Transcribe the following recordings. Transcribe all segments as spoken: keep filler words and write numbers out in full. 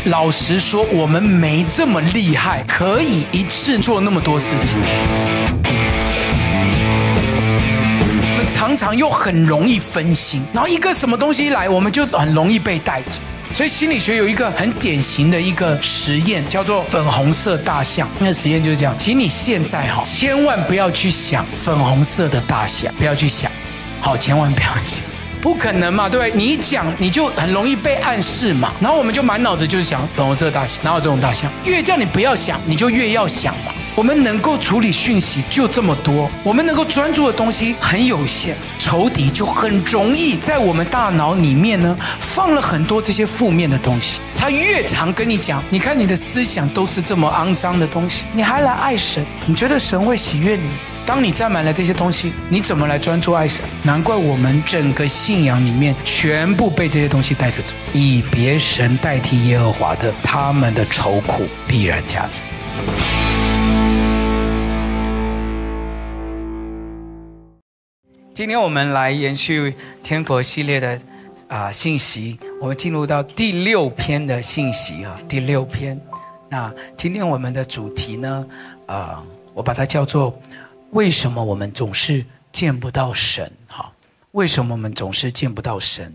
老实说，我们没这么厉害，可以一次做那么多事情。我们常常又很容易分心，然后一个什么东西来，我们就很容易被带着。所以心理学有一个很典型的一个实验，叫做粉红色大象。那个实验就是这样，请你现在哈，千万不要去想粉红色的大象，不要去想，好，千万不要想。不可能嘛，对不对？你一讲你就很容易被暗示嘛，然后我们就满脑子就是想粉红色大象，哪有这种大象？越叫你不要想，你就越要想嘛。我们能够处理讯息就这么多，我们能够专注的东西很有限，仇敌就很容易在我们大脑里面呢放了很多这些负面的东西。他越常跟你讲，你看你的思想都是这么肮脏的东西，你还来爱神？你觉得神会喜悦你？当你占满了这些东西，你怎么来专注爱神？难怪我们整个信仰里面全部被这些东西带着走，以别神代替耶和华的，他们的愁苦必然加增。今天我们来延续天国系列的啊、呃、信息，我们进入到第六篇的信息啊，第六篇。那今天我们的主题呢，呃，我把它叫做为什么我们总是见不到神？哈，为什么我们总是见不到神？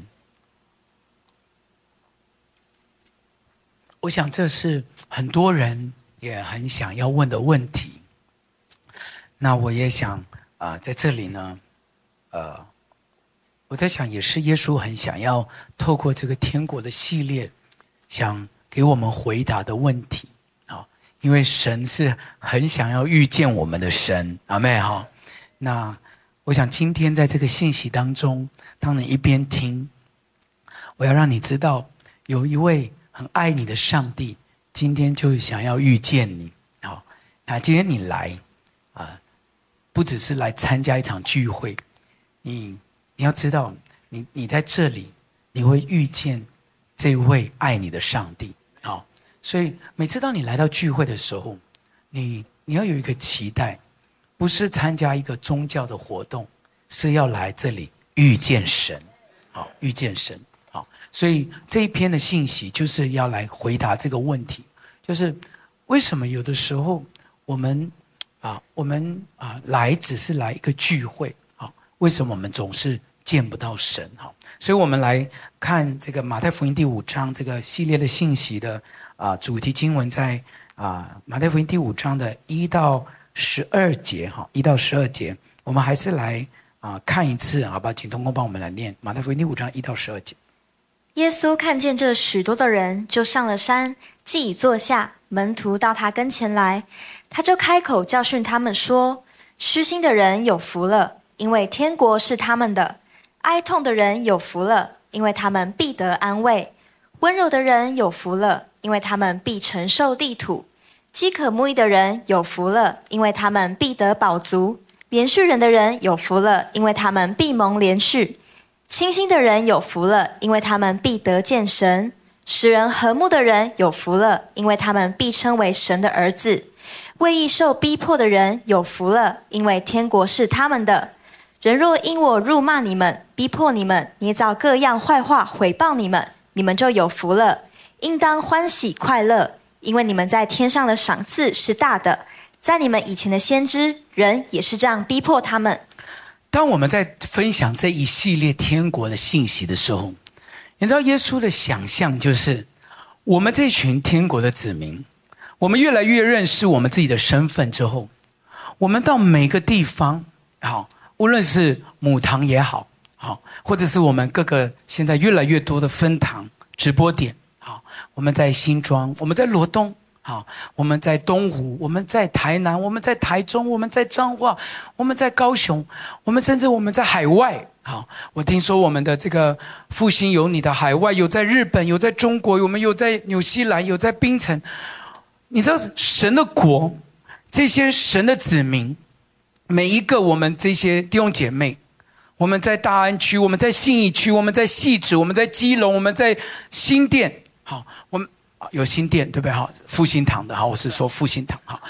我想这是很多人也很想要问的问题。那我也想啊、呃，在这里呢。呃，我在想，也是耶稣很想要透过这个天国的系列，想给我们回答的问题啊、哦，因为神是很想要遇见我们的神，阿们哈。那我想今天在这个信息当中，当你一边听，我要让你知道，有一位很爱你的上帝，今天就想要遇见你。好、哦，那今天你来啊、呃，不只是来参加一场聚会。你你要知道，你你在这里，你会遇见这位爱你的上帝。好，所以每次当你来到聚会的时候，你你要有一个期待，不是参加一个宗教的活动，是要来这里遇见神。好，遇见神。好，所以这一篇的信息就是要来回答这个问题，就是为什么有的时候我们啊，我们啊来只是来一个聚会。为什么我们总是见不到神？所以我们来看这个马太福音第五章这个系列的信息的啊主题经文，在啊马太福音第五章的一到十二节哈，一到十二节，我们还是来啊看一次，好吧？请同工帮我们来念马太福音第五章一到十二节。 耶稣看见这许多的人，就上了山，既已坐下，门徒到他跟前来，他就开口教训他们说：虚心的人有福了，因为天国是他们的；哀痛的人有福了，因为他们必得安慰；温柔的人有福了，因为他们必承受地土；饥渴慕义的人有福了，因为他们必得饱足；连续人的人有福了，因为他们必蒙连续；清心的人有福了，因为他们必得见神；使人和睦的人有福了，因为他们必称为神的儿子；为义受逼迫的人有福了，因为天国是他们的。人若因我辱骂你们，逼迫你们，捏造各样坏话毁谤你们，你们就有福了，应当欢喜快乐，因为你们在天上的赏赐是大的。在你们以前的先知，人也是这样逼迫他们。 当我们在分享这一系列天国的信息的时候，你知道耶稣的想象就是，我们这群天国的子民，我们越来越认识我们自己的身份之后，我们到每个地方，好。无论是母堂也好，好，或者是我们各个现在越来越多的分堂直播点，好，我们在新庄，我们在罗东，好，我们在东湖，我们在台南，我们在台中，我们在彰化，我们在高雄，我们甚至我们在海外，好，我听说我们的这个复兴有你的海外有在日本，有在中国，我们有在纽西兰，有在槟城。你知道神的国，这些神的子民。每一个我们这些弟兄姐妹，我们在大安区，我们在信义区，我们在汐止，我们在基隆，我们在新店，好，我们有新店对不对？好，复兴堂的，好，我是说复兴堂，好。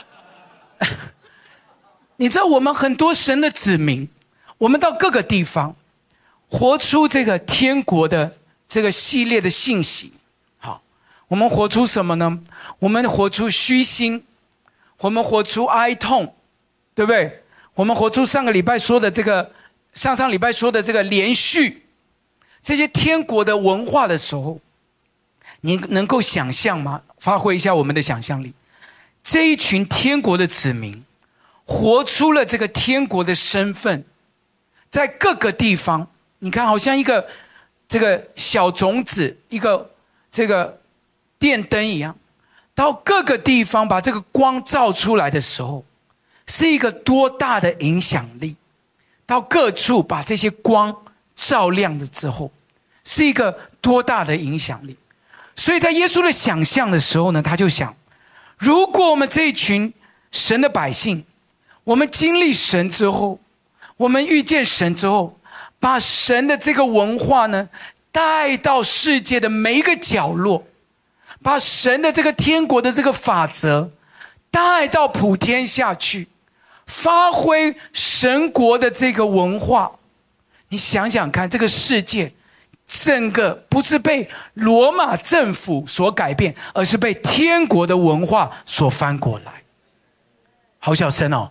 你知道我们很多神的子民，我们到各个地方，活出这个天国的这个系列的信息，好， 我们活出什么呢？我们活出虚心，我们活出哀痛，对不对？我们活出上个礼拜说的这个，上上礼拜说的这个连续，这些天国的文化的时候，你能够想象吗？发挥一下我们的想象力。这一群天国的子民，活出了这个天国的身份，在各个地方，你看，好像一个这个小种子，一个这个电灯一样，到各个地方把这个光照出来的时候，是一个多大的影响力。到各处把这些光照亮了之后，是一个多大的影响力。所以在耶稣的想象的时候呢，他就想，如果我们这一群神的百姓，我们经历神之后，我们遇见神之后，把神的这个文化呢带到世界的每一个角落，把神的这个天国的这个法则带到普天下去，发挥神国的这个文化。你想想看，这个世界整个不是被罗马政府所改变，而是被天国的文化所翻过来。好小声哦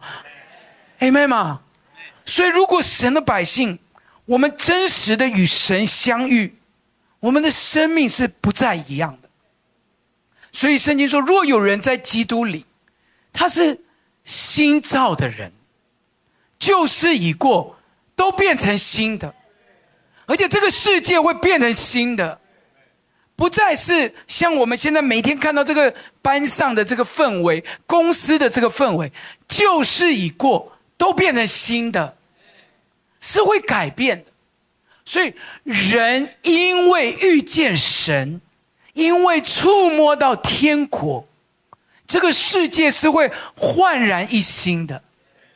Amen 吗？所以如果神的百姓，我们真实的与神相遇，我们的生命是不再一样的。所以圣经说，若有人在基督里，他是新造的人，旧事已过，都变成新的。而且这个世界会变成新的，不再是像我们现在每天看到这个班上的这个氛围，公司的这个氛围，旧事已过，都变成新的，是会改变的。所以人因为遇见神，因为触摸到天国，这个世界是会焕然一新的。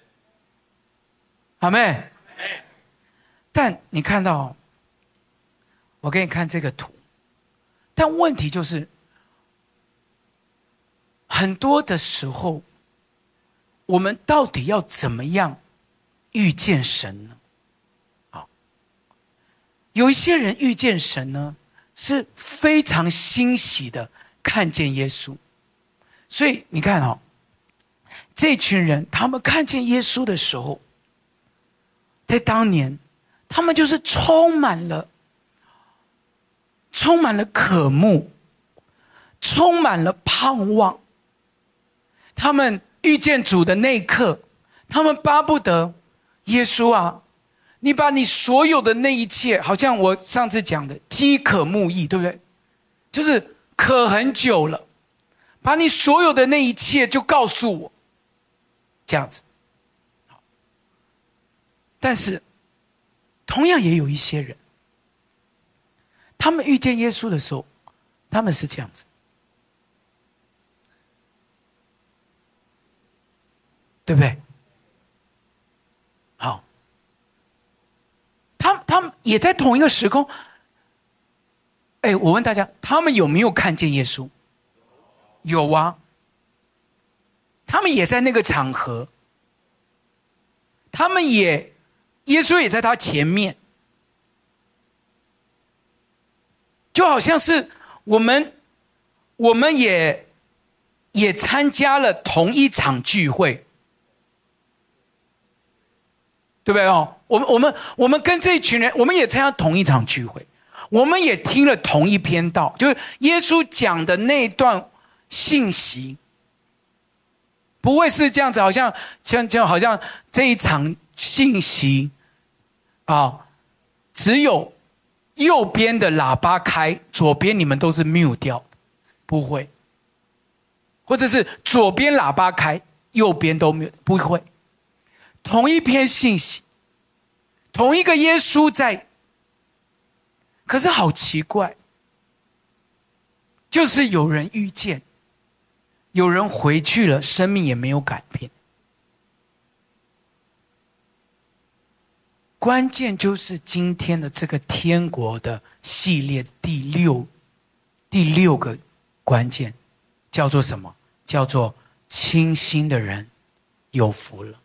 阿们。但你看到，我给你看这个图，但问题就是，很多的时候，我们到底要怎么样遇见神呢？好，有一些人遇见神呢，是非常欣喜的看见耶稣。所以你看哦，这群人他们看见耶稣的时候，在当年他们就是充满了充满了渴慕，充满了盼望。他们遇见主的那一刻，他们巴不得耶稣啊，你把你所有的那一切，好像我上次讲的饥渴慕义，对不对？就是渴很久了，把你所有的那一切就告诉我，这样子。但是同样也有一些人，他们遇见耶稣的时候，他们是这样子，对不对？好，他他们也在同一个时空。哎，我问大家，他们有没有看见耶稣？有啊，他们也在那个场合，他们也耶稣也在他前面，就好像是我们我们也也参加了同一场聚会，对不对哦？我们我们我们跟这一群人，我们也参加同一场聚会，我们也听了同一篇道，就是耶稣讲的那段信息，不会是这样子，好像像像好像这一场信息啊，只有右边的喇叭开，左边你们都是 mute 掉，不会。或者是左边喇叭开，右边都 mute，不会。同一篇信息，同一个耶稣在，可是好奇怪，就是有人遇见，有人回去了，生命也没有改变。关键就是今天的这个天国的系列第六第六个关键叫做什么？叫做清心的人有福了。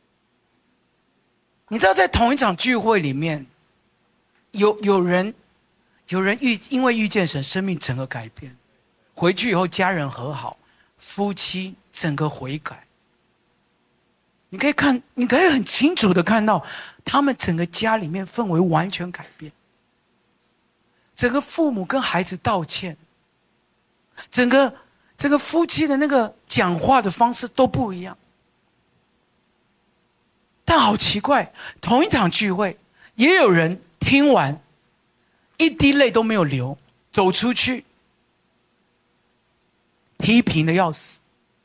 你知道在同一场聚会里面，有有人有人遇因为遇见神，生命整个改变。 回去以后家人和好，夫妻整个悔改。你可以看，你可以很清楚的看到，他们整个家里面氛围完全改变。整个父母跟孩子道歉，整个这个夫妻的那个讲话的方式都不一样。但好奇怪，同一场聚会，也有人听完一滴泪都没有流，走出去批评的要死。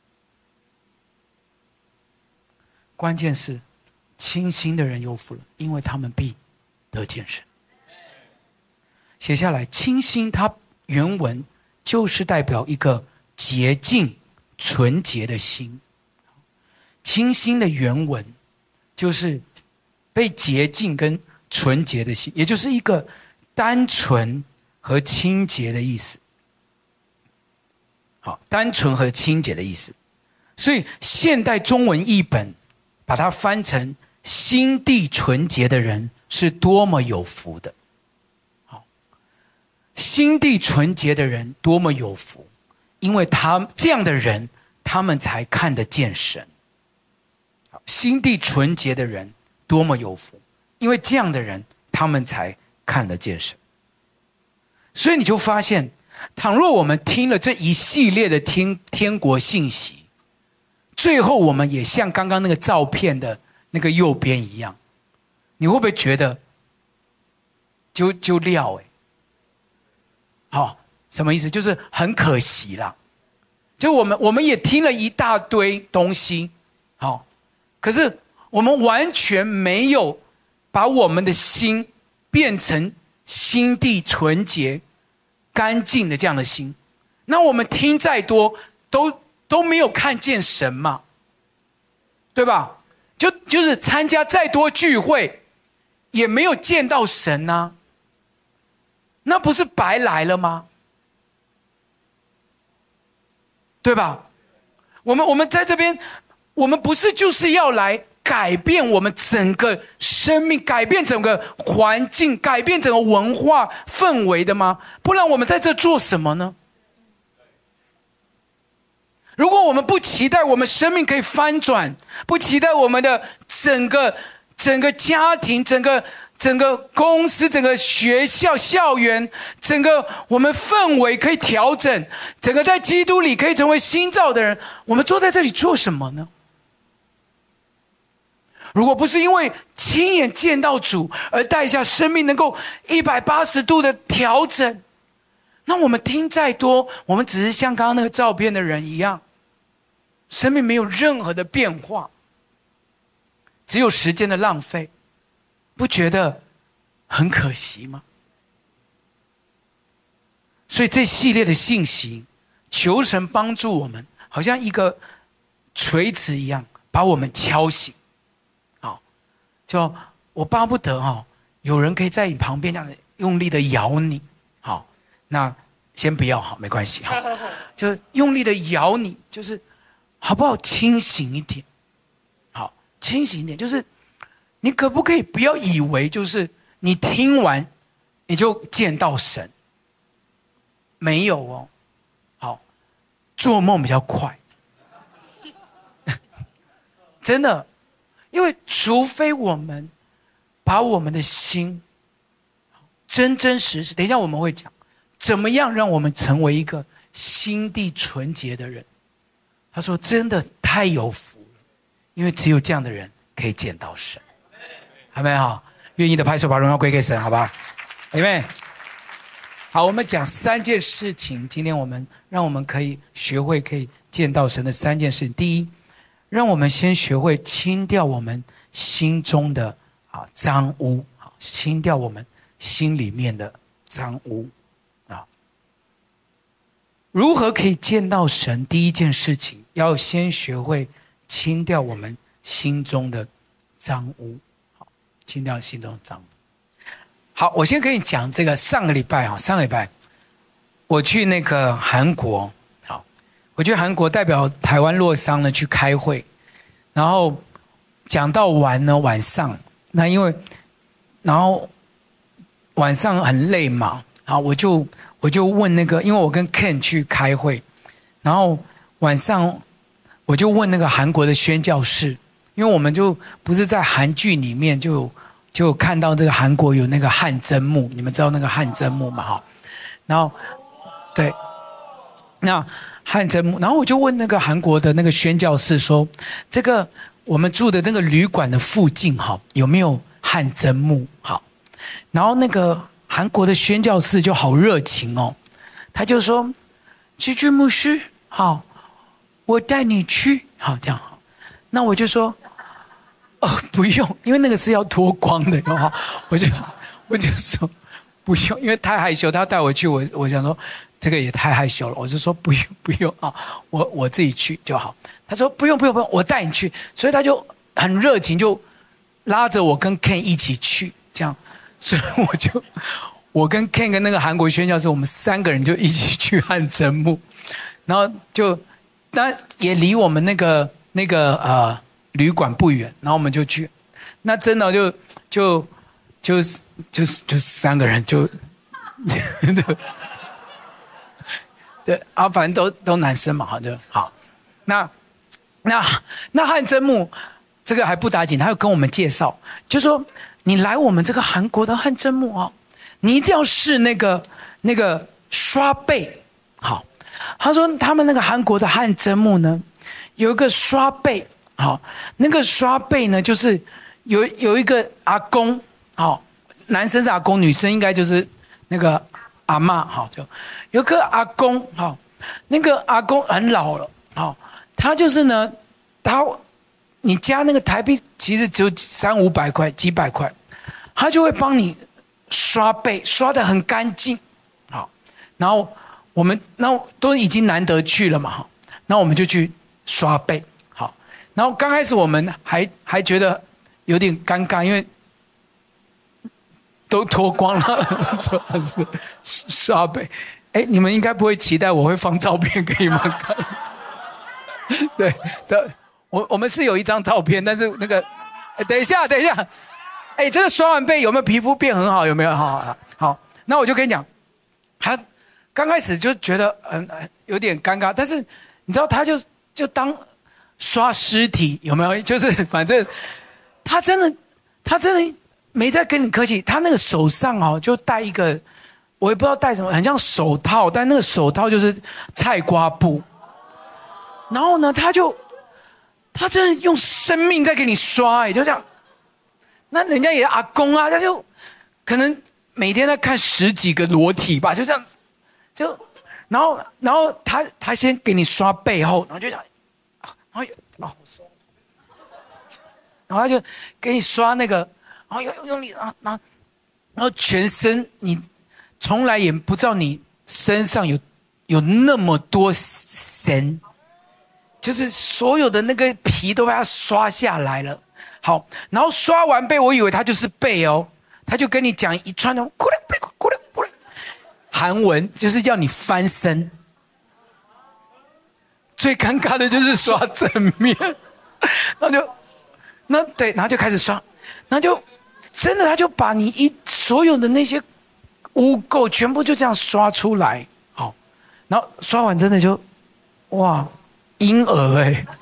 关键是清心的人有福了，因为他们必得见神。写下来，清心它原文就是代表一个洁净纯洁的心。清心的原文就是被洁净跟纯洁的心，也就是一个单纯和清洁的意思。好，单纯和清洁的意思。所以现代中文译本把它翻成心地纯洁的人是多么有福的。好，心地纯洁的人多么有福，因为他这样的人，他们才看得见神。好，心地纯洁的人多么有福，因为这样的人，他们才看得见神。所以你就发现，倘若我们听了这一系列的天天国信息，最后我们也像刚刚那个照片的那个右边一样，你会不会觉得就就撂哎？好，什么意思？就是很可惜啦。就我们我们也听了一大堆东西，好，可是我们完全没有把我们的心变成心地纯洁、干净的这样的心。那我们听再多，都都没有看见神嘛，对吧？就就是参加再多聚会，也没有见到神啊，那不是白来了吗？对吧？我们我们在这边，我们不是就是要来改变我们整个生命，改变整个环境，改变整个文化氛围的吗？不然我们在这做什么呢？如果我们不期待我们生命可以翻转，不期待我们的整个整个家庭、整个整个公司、整个学校校园、整个我们氛围可以调整，整个在基督里可以成为新造的人，我们坐在这里做什么呢？如果不是因为亲眼见到主而带下生命能够一百八十度的调整，那我们听再多，我们只是像刚刚那个照片的人一样，生命没有任何的变化，只有时间的浪费，不觉得很可惜吗？所以这系列的信息，求神帮助我们，好像一个锤子一样，把我们敲醒。好，就我巴不得哈，有人可以在你旁边这样用力的摇你。好，那先不要好，没关系，好，就用力的摇你，就是好不好？清醒一点，好，清醒一点，就是你可不可以不要以为就是你听完你就见到神？没有哦，好，做梦比较快，真的，因为除非我们把我们的心真真实实，等一下我们会讲。怎么样让我们成为一个心地纯洁的人？他说真的太有福了，因为只有这样的人可以见到神。还没好，愿意的拍手把荣耀归给神，好不好？阿们。好，我们讲三件事情，今天我们让我们可以学会可以见到神的三件事情。第一，让我们先学会清掉我们心中的啊脏污，好，清掉我们心里面的脏污。如何可以见到神？第一件事情，要先学会清掉我们心中的脏污。好，清掉心中的脏污。好，我先跟你讲这个。上个礼拜啊，上个礼拜我去那个韩国，好，我去韩国代表台湾洛桑呢去开会，然后讲到完呢晚上，那因为然后晚上很累嘛， 好，我就我就问那个，因为我跟 Ken 去开会，然后晚上我就问那个韩国的宣教士，因为我们就不是在韩剧里面就就看到这个韩国有那个汗蒸幕，你们知道那个汗蒸幕嘛？哈，然后对，那汗蒸幕，然后我就问那个韩国的那个宣教士说，这个我们住的那个旅馆的附近哈有没有汗蒸幕？好，然后那个韩国的宣教士就好热情哦，他就说：“居居牧师，好，我带你去。”好，这样好。那我就说：“哦，不用，因为那个是要脱光的，然后我就我就说不用，因为太害羞，他要带我去，我我想说这个也太害羞了，我就说不用不用啊，我我自己去就好。他说不用不用不用，我带你去，所以他就很热情，就拉着我跟 Ken 一起去，这样。”所以我就，我跟 Ken 跟那个韩国宣教士，我们三个人就一起去汗蒸幕，然后就，那也离我们那个那个呃旅馆不远，然后我们就去，那真的就就就就就三个人就，对啊，反正都都男生嘛，好就好，那那那汗蒸幕这个还不打紧，他又跟我们介绍，就说。你来我们这个韩国的汗蒸幕哦，你一定要试那个那个刷背。好，他说他们那个韩国的汗蒸幕呢，有一个刷背。好，那个刷背呢，就是有有一个阿公，好，男生是阿公，女生应该就是那个阿嬷。好，就有个阿公，好，那个阿公很老了，好，他就是呢，他。你加那个台币其实只有三五百块、几百块，他就会帮你刷背，刷得很干净。好，然后我们那都已经难得去了嘛，哈，那我们就去刷背。好，然后刚开始我们还还觉得有点尴尬，因为都脱光了，主要是刷背。哎，你们应该不会期待我会放照片给你们看，对对。我我们是有一张照片，但是那个，等一下，等一下，哎，这个刷完背有没有皮肤变很好？有没有？好好好，那我就跟你讲，他刚开始就觉得嗯有点尴尬，但是你知道，他就就当刷尸体有没有？就是反正他真的他真的没在跟你客气，他那个手上哦就戴一个，我也不知道戴什么，很像手套，但那个手套就是菜瓜布，然后呢，他就。他真的用生命在给你刷，哎，就这样。那人家也阿公啊，他就可能每天在看十几个裸体吧，就这样子，就然后然后他他先给你刷背后，然后就这样，然后哦，然后他就给你刷那个，然后用用力啊，然后然后全身你从来也不知道你身上有有那么多神。就是所有的那个皮都被他刷下来了，好，然后刷完背，我以为他就是背哦，他就跟你讲一串的，韩文就是要你翻身。最尴尬的就是刷正面，然后就，那对，然后就开始刷，然后就真的他就把你一所有的那些污垢全部就这样刷出来，好，然后刷完真的就，哇。婴儿哎、欸，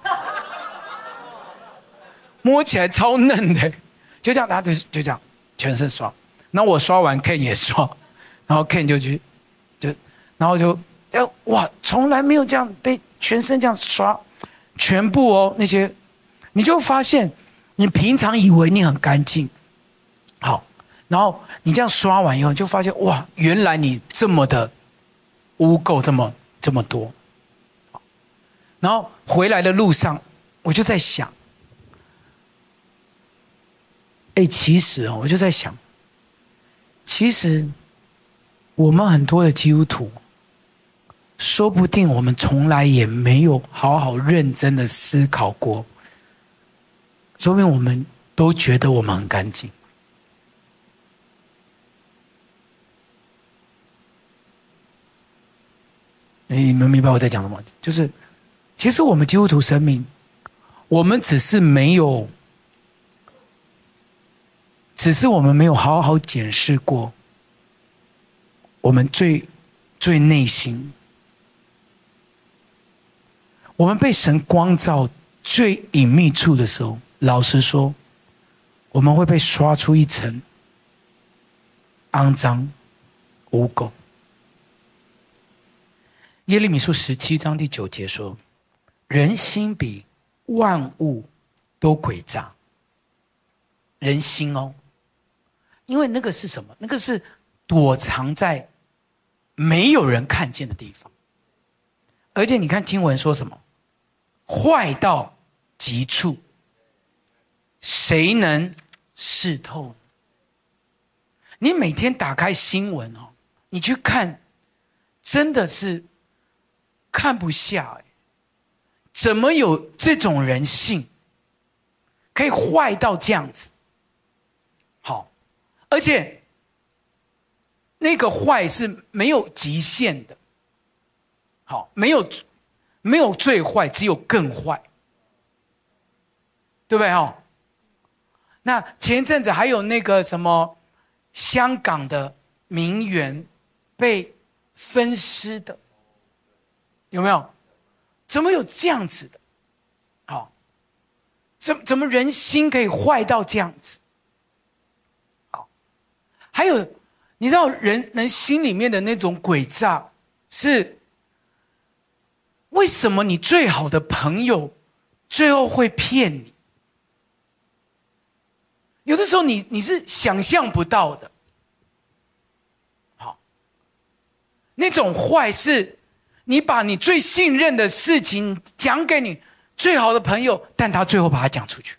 摸起来超嫩的、欸，就这样，他就就这样全身刷。然后我刷完 ，Ken 也刷，然后 Ken 就去，就然后就，哇，从来没有这样被全身这样刷，全部哦那些，你就发现你平常以为你很干净，好，然后你这样刷完以后，就发现哇，原来你这么的污垢这么这么多。然后回来的路上，我就在想，哎，其实哦，我就在想，其实我们很多的基督徒，说不定我们从来也没有好好认真的思考过，说明我们都觉得我们很干净。你们明白我在讲什么？就是。其实我们基督徒生命，我们只是没有，只是我们没有好好检视过我们最最内心，我们被神光照最隐秘处的时候，老实说，我们会被刷出一层肮脏污垢。耶利米书十七章第九节说，人心比万物都诡诈。人心哦，因为那个是什么？那个是躲藏在没有人看见的地方。而且你看经文说什么？坏到极处，谁能视透？你每天打开新闻哦，你去看，真的是看不下哎，怎么有这种人性，可以坏到这样子？好，而且那个坏是没有极限的，好，没有没有最坏，只有更坏，对不对？哦，那前一阵子还有那个什么香港的名媛被分尸的，有没有？怎么有这样子的？好，怎怎么人心可以坏到这样子？好，还有，你知道人人心里面的那种诡诈是为什么？你最好的朋友最后会骗你？有的时候你你是想象不到的。好，那种坏是你把你最信任的事情讲给你最好的朋友，但他最后把它讲出去。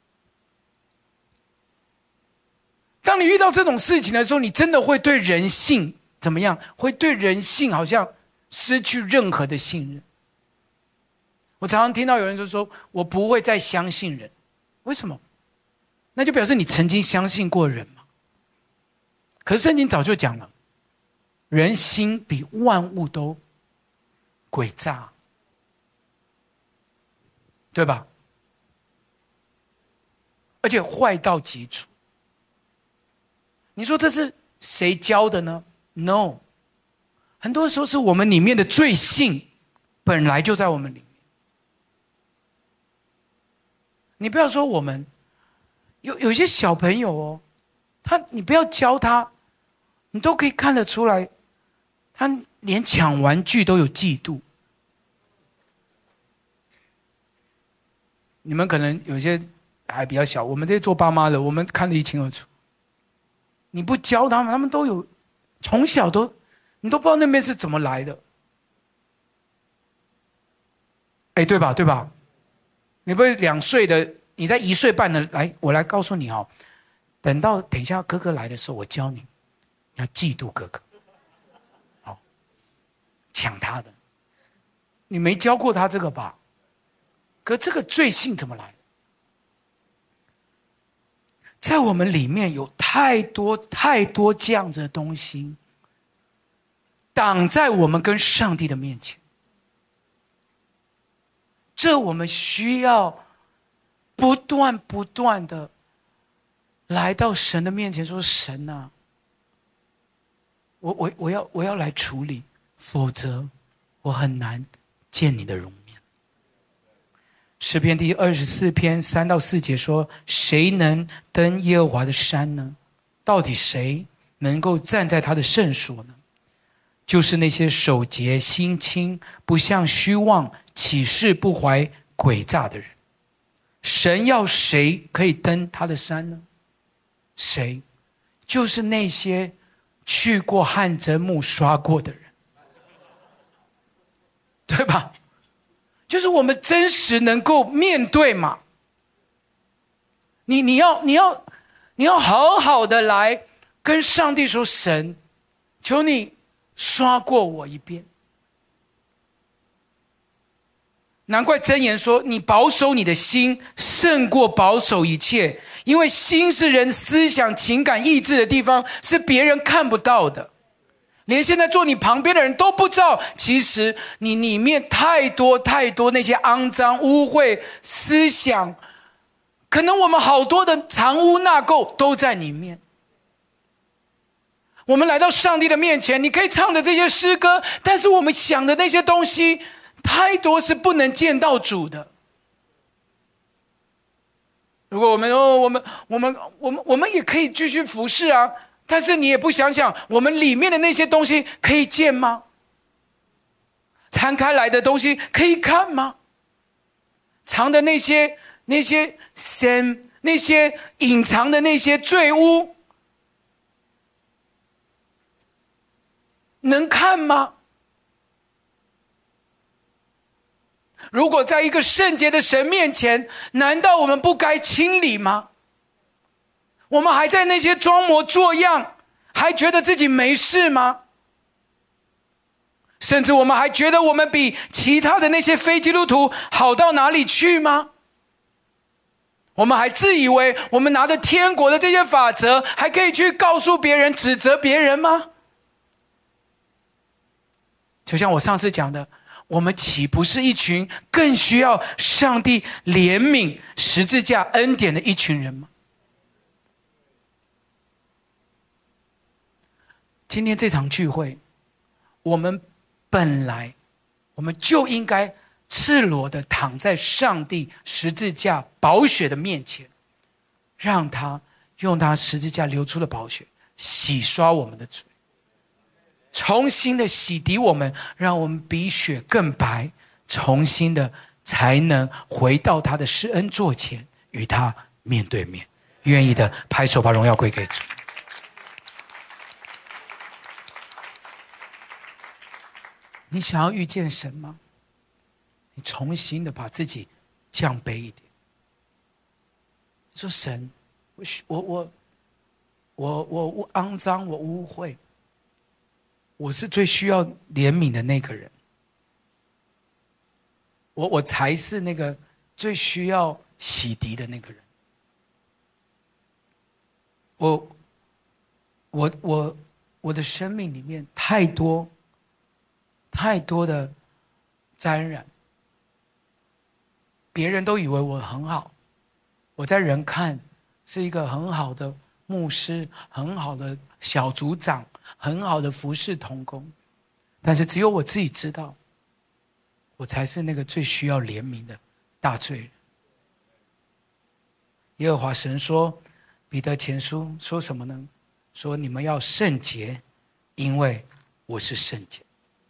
当你遇到这种事情的时候，你真的会对人性怎么样？会对人性好像失去任何的信任。我常常听到有人就说，我不会再相信人。为什么？那就表示你曾经相信过人嘛。可是圣经早就讲了，人心比万物都诡诈，对吧？而且坏到极处。你说这是谁教的呢？ No， 很多时候是我们里面的罪性本来就在我们里面。你不要说我们有有些小朋友哦，他你不要教他，你都可以看得出来，他连抢玩具都有嫉妒。你们可能有些还比较小，我们这些做爸妈的，我们看得一清二楚。你不教他们，他们都有从小都，你都不知道那边是怎么来的。哎，对吧？对吧？你不会两岁的，你在一岁半的，来，我来告诉你哦，等到等一下哥哥来的时候，我教你，要嫉妒哥哥，好，抢他的。你没教过他这个吧？可这个罪性怎么来？在我们里面有太多太多这样子的东西，挡在我们跟上帝的面前。这我们需要不断不断的来到神的面前说，神啊，我我我要我要来处理，否则我很难见你的容面。诗篇第二十四篇三到四节说，谁能登耶和华的山呢？到底谁能够站在他的圣所呢？就是那些手洁心清，不向虚妄起誓不怀诡诈的人。神要谁可以登他的山呢？谁？就是那些去过汗蒸木刷过的人，对吧？就是我们真实能够面对嘛。你你要你要你要好好的来跟上帝说，神，求你刷过我一遍。难怪箴言说，你保守你的心胜过保守一切，因为心是人思想情感意志的地方，是别人看不到的，连现在坐你旁边的人都不知道，其实你里面太多太多那些肮脏污秽思想，可能我们好多的藏污纳垢都在里面。 我们来到上帝的面前，你可以唱着这些诗歌，但是我们想的那些东西太多是不能见到主的。如果我们哦，我们我们我们我们也可以继续服侍啊，但是你也不想想，我们里面的那些东西可以见吗？摊开来的东西可以看吗？藏的那些那些sin，那些隐藏的那些罪污，能看吗？如果在一个圣洁的神面前，难道我们不该清理吗？我们还在那些装模作样，还觉得自己没事吗？甚至我们还觉得我们比其他的那些非基督徒好到哪里去吗？我们还自以为我们拿着天国的这些法则，还可以去告诉别人、指责别人吗？就像我上次讲的，我们岂不是一群更需要上帝怜悯、十字架恩典的一群人吗？今天这场聚会，我们本来我们就应该赤裸的躺在上帝十字架宝血的面前，让他用他十字架流出的宝血洗刷我们的罪，重新的洗涤我们，让我们比雪更白，重新的才能回到他的施恩座前，与他面对面。愿意的拍手，把荣耀归给主。你想要遇见神吗？你重新的把自己降卑一点，说神，我我我我我我肮脏，我污秽，我是最需要怜悯的那个人，我我才是那个最需要洗涤的那个人。我我我我的生命里面太多。太多的沾染，别人都以为我很好，我在人看是一个很好的牧师，很好的小组长，很好的服侍同工，但是只有我自己知道，我才是那个最需要怜悯的大罪人。耶和华神说，彼得前书说什么呢？说你们要圣洁，因为我是圣洁。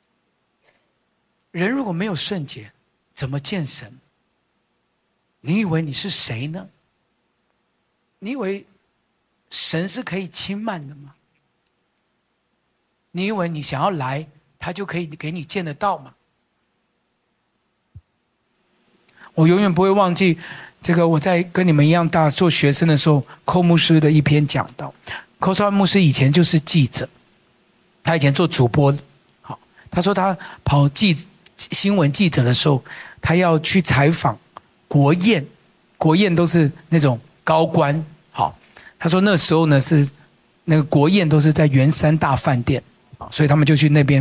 人如果没有圣洁，怎么见神？你以为你是谁呢？你以为神是可以轻慢的吗？你以为你想要来，他就可以给你见得到吗？我永远不会忘记这个，我在跟你们一样大做学生的时候，寇牧师的一篇讲到，寇少牧师以前就是记者，他以前做主播，好，他说他跑记新闻记者的时候，他要去采访国宴，国宴都是那种高官，好，他说那时候呢是那个国宴都是在圆山大饭店，所以他们就去那边。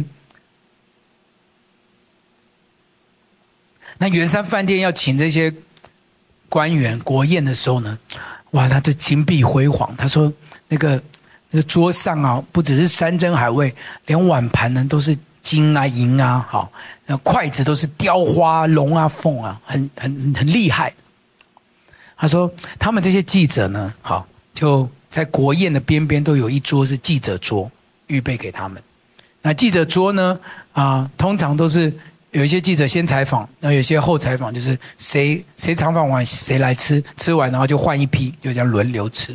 那圆山饭店要请这些官员国宴的时候呢，哇，他的金碧辉煌。他说那个那个桌上啊，不只是山珍海味，连碗盘呢都是金啊银啊，好，那筷子都是雕花龙啊凤啊，很很很厉害。他说他们这些记者呢，好，就在国宴的边边都有一桌是记者桌，预备给他们。那记者桌呢，啊，通常都是有一些记者先采访，然后有些后采访，就是谁谁采访完谁来吃，吃完然后就换一批，就这样轮流吃。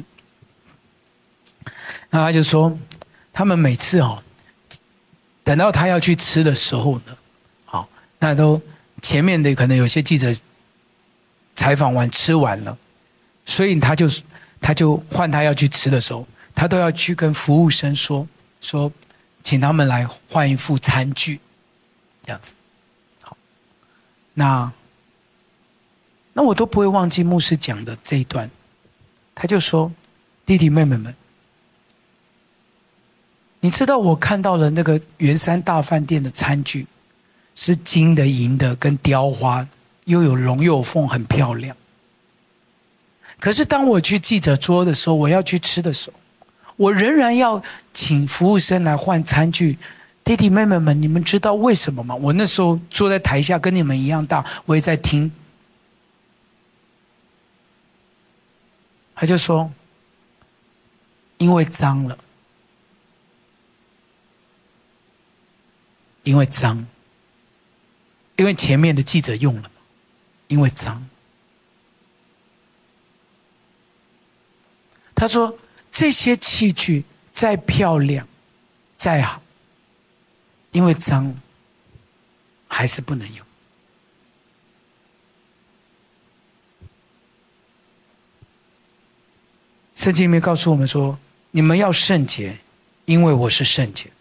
那他就说，他们每次哦，等到他要去吃的时候呢，好，那都前面的可能有些记者采访完吃完了，所以他就他就换他要去吃的时候，他都要去跟服务生说说，请他们来换一副餐具，这样子。好，那那我都不会忘记牧师讲的这一段，他就说，弟弟妹妹们，你知道我看到了那个圆山大饭店的餐具，是金的、银的，跟雕花，又有龙又有凤，很漂亮。可是当我去记者桌的时候，我要去吃的时候， 我仍然要请服务生来换餐具。弟弟妹妹们，你们知道为什么吗？我那时候坐在台下跟你们一样大，我也在听。他就说，因为脏了，因为脏，因为前面的记者用了，因为脏。他说这些器具再漂亮再好，因为脏还是不能用。圣经里面告诉我们说，你们要圣洁，因为我是圣洁。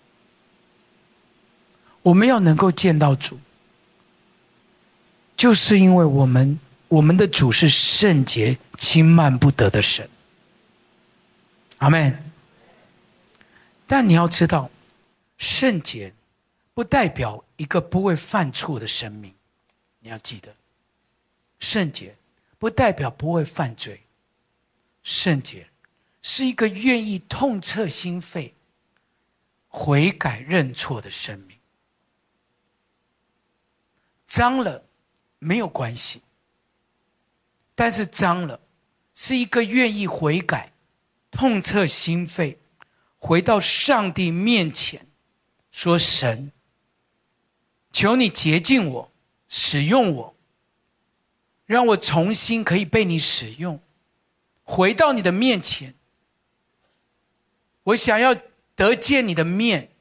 我们要能够见到主，就是因为我们我们的主是圣洁轻慢不得的神。阿们。但你要知道，圣洁不代表一个不会犯错的生命。你要记得，圣洁不代表不会犯罪，圣洁是一个愿意痛彻心扉悔改认错的生命。脏了没有关系，但是脏了是一个愿意悔改痛彻心扉回到上帝面前说，神，求你洁净我，使用我，让我重新可以被你使用，回到你的面前，我想要得见你的面。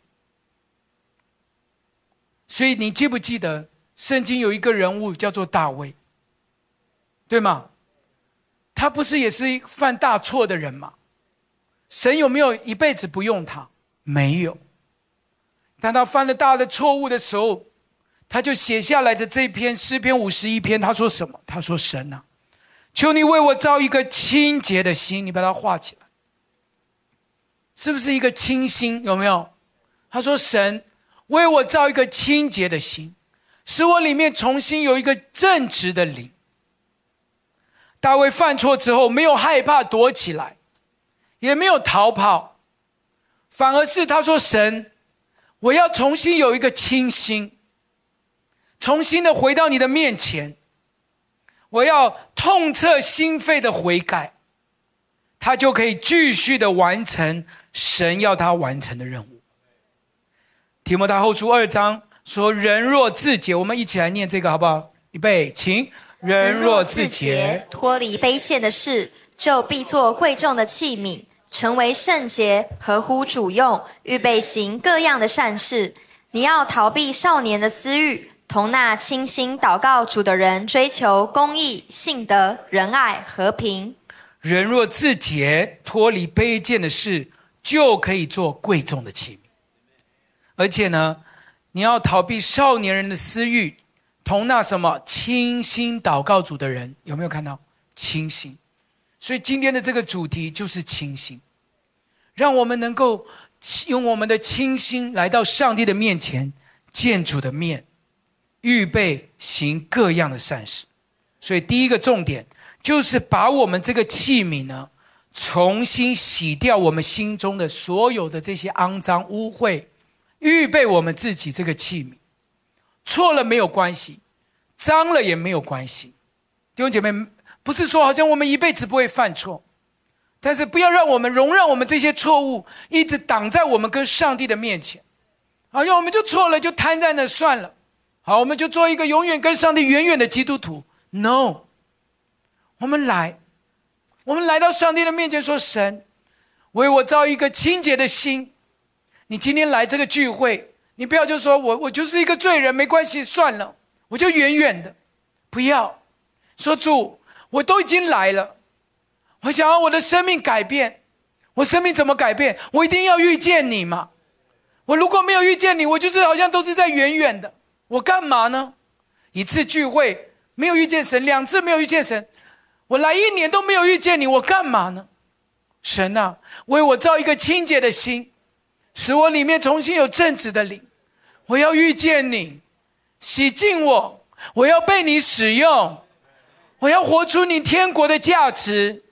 所以你记不记得圣经有一个人物叫做大卫，对吗？他不是也是犯大错的人吗？神有没有一辈子不用他？没有。当他犯了大的错误的时候，他就写下来的这篇诗篇五十一篇，他说什么？他说，神啊，求你为我造一个清洁的心。你把它画起来，是不是一个清心？有没有？他说，神为我造一个清洁的心，使我里面重新有一个正直的灵。大卫犯错之后没有害怕躲起来，也没有逃跑，反而是他说，神，我要重新有一个清心，重新的回到你的面前，我要痛彻心扉的悔改，他就可以继续的完成神要他完成的任务。提摩太后书二章说，人若自洁，我们一起来念这个好不好？预备，请。人若自洁， 脱离卑贱的事，就必作贵重的器皿，成为圣洁，合乎主用，预备行各样的善事。你要逃避少年的私欲，同那清心祷告主的人追求公义、信德、仁爱、和平。 人若自洁，脱离卑贱的事，就可以做贵重的器皿。而且呢，你要逃避少年人的私欲，同那什么清心祷告主的人。有没有看到清心？所以今天的这个主题就是清心，让我们能够用我们的清心来到上帝的面前，见主的面，预备行各样的善事。所以第一个重点就是把我们这个器皿呢，重新洗掉我们心中的所有的这些肮脏污秽，预备我们自己这个器皿。错了没有关系，脏了也没有关系。弟兄姐妹，不是说好像我们一辈子不会犯错，但是不要让我们容让我们这些错误一直挡在我们跟上帝的面前。好像我们就错了就瘫在那算了，好，我们就做一个永远跟上帝远远的基督徒。 No， 我们来我们来到上帝的面前说，神，为我造一个清洁的心。你今天来这个聚会，你不要就说我我就是一个罪人，没关系，算了，我就远远的。不要说，主，我都已经来了，我想要我的生命改变。我生命怎么改变？我一定要遇见你嘛。我如果没有遇见你，我就是好像都是在远远的，我干嘛呢？一次聚会没有遇见神，两次没有遇见神，我来一年都没有遇见你，我干嘛呢？神啊，为我造一个清洁的心，使我里面重新有正直的灵。我要遇见你，洗净我，我要被你使用，我要活出你天国的价值，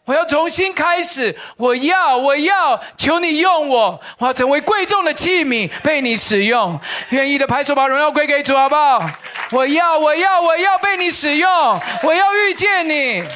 我要重新开始，我要我要求你用我，我要成为贵重的器皿被你使用。愿意的拍手把荣耀归给主，好不好？我要我要我要被你使用，我要遇见你，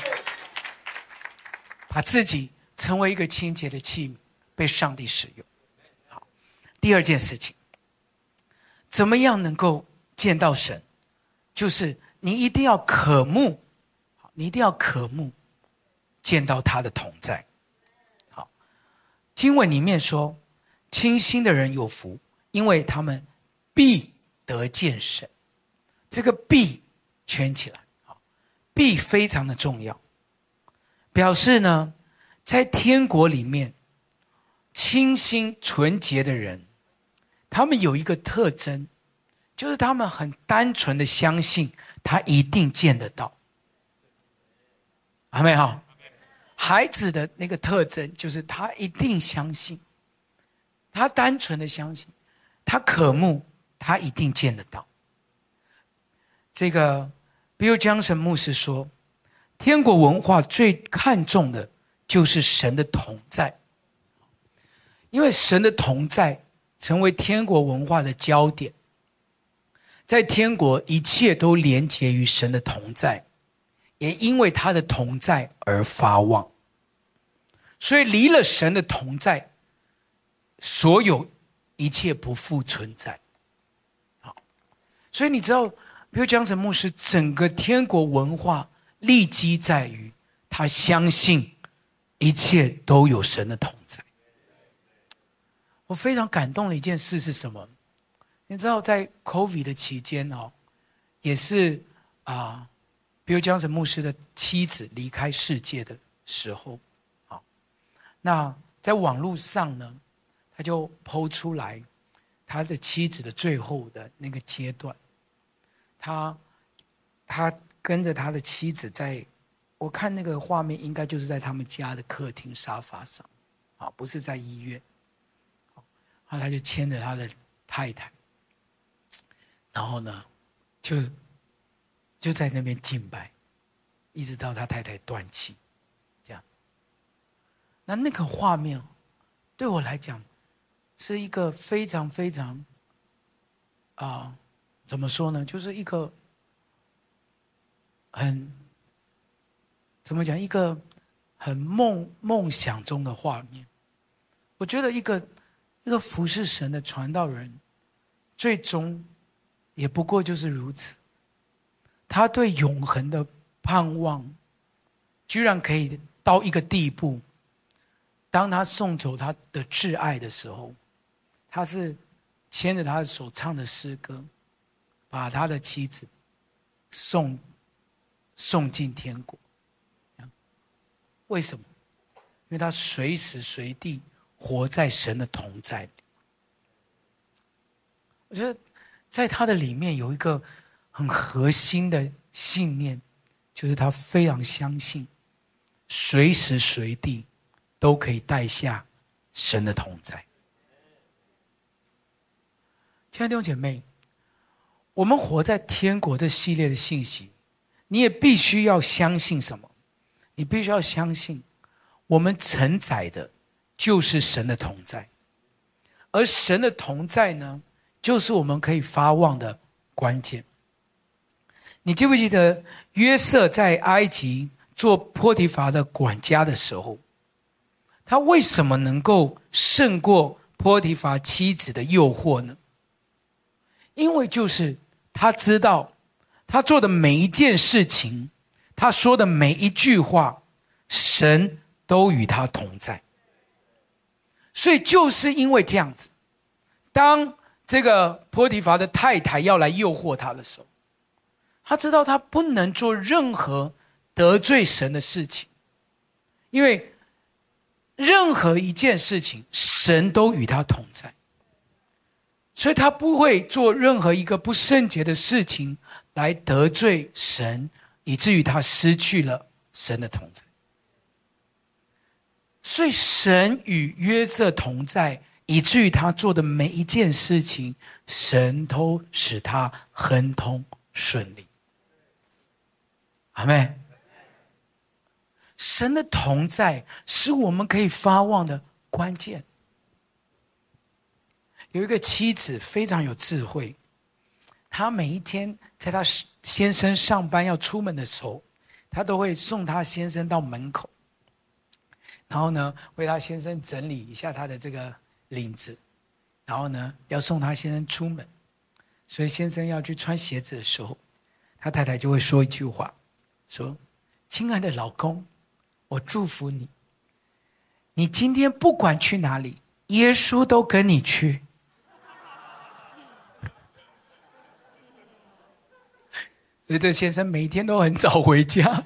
把自己成为一个清洁的器皿被上帝使用。好，第二件事情，怎么样能够见到神？就是你一定要渴慕，你一定要渴慕见到他的同在。好，经文里面说，清心的人有福，因为他们必得见神。这个必圈起来，必非常的重要，表示呢，在天国里面，清心纯洁的人，他们有一个特征，就是他们很单纯的相信他一定见得到。阿们哈，孩子的那个特征就是他一定相信，他单纯的相信，他渴慕，他一定见得到。这个 Bill Johnson 牧师说，天国文化最看重的就是神的同在，因为神的同在成为天国文化的焦点。在天国，一切都连结于神的同在，也因为他的同在而发旺。所以离了神的同在，所有一切不复存在。好，所以你知道，比如江神牧师整个天国文化立基在于他相信一切都有神的同在。我非常感动的一件事是什么？你知道在 COVID 的期间哦，也是啊，比如江神牧师的妻子离开世界的时候，好，那在网络上呢，他就 po 出来他的妻子的最后的那个阶段，他他跟着他的妻子在，我看那个画面应该就是在他们家的客厅沙发上，啊，不是在医院，然后他就牵着他的太太。然后呢，就就在那边敬拜，一直到他太太断气，这样。那那个画面，对我来讲，是一个非常非常，啊、呃，怎么说呢？就是一个很，怎么讲？一个很梦梦想中的画面。我觉得一个一个服侍神的传道人，最终。也不过就是如此，他对永恒的盼望，居然可以到一个地步。当他送走他的挚爱的时候，他是牵着他的手唱的诗歌，把他的妻子送送进天国。为什么？因为他随时随地活在神的同在里。我觉得。在他的里面有一个很核心的信念，就是他非常相信，随时随地都可以带下神的同在。亲爱的弟兄姐妹，我们活在天国这系列的信息，你也必须要相信什么？你必须要相信，我们承载的就是神的同在，而神的同在呢？就是我们可以发旺的关键。你记不记得约瑟在埃及做波提乏的管家的时候，他为什么能够胜过波提乏妻子的诱惑呢？因为就是他知道他做的每一件事情，他说的每一句话，神都与他同在。所以就是因为这样子，当这个波提乏的太太要来诱惑他的时候，他知道他不能做任何得罪神的事情，因为任何一件事情神都与他同在，所以他不会做任何一个不圣洁的事情来得罪神，以至于他失去了神的同在。所以神与约瑟同在，以至于他做的每一件事情，神都使他亨通顺利。阿们。 神的同在是我们可以发望的关键。有一个妻子非常有智慧，她每一天在她先生上班要出门的时候，她都会送她先生到门口，然后呢为她先生整理一下他的这个领子，然后呢要送她先生出门。所以先生要去穿鞋子的时候，他太太就会说一句话，说：亲爱的老公，我祝福你，你今天不管去哪里，耶稣都跟你去。所以这先生每天都很早回家。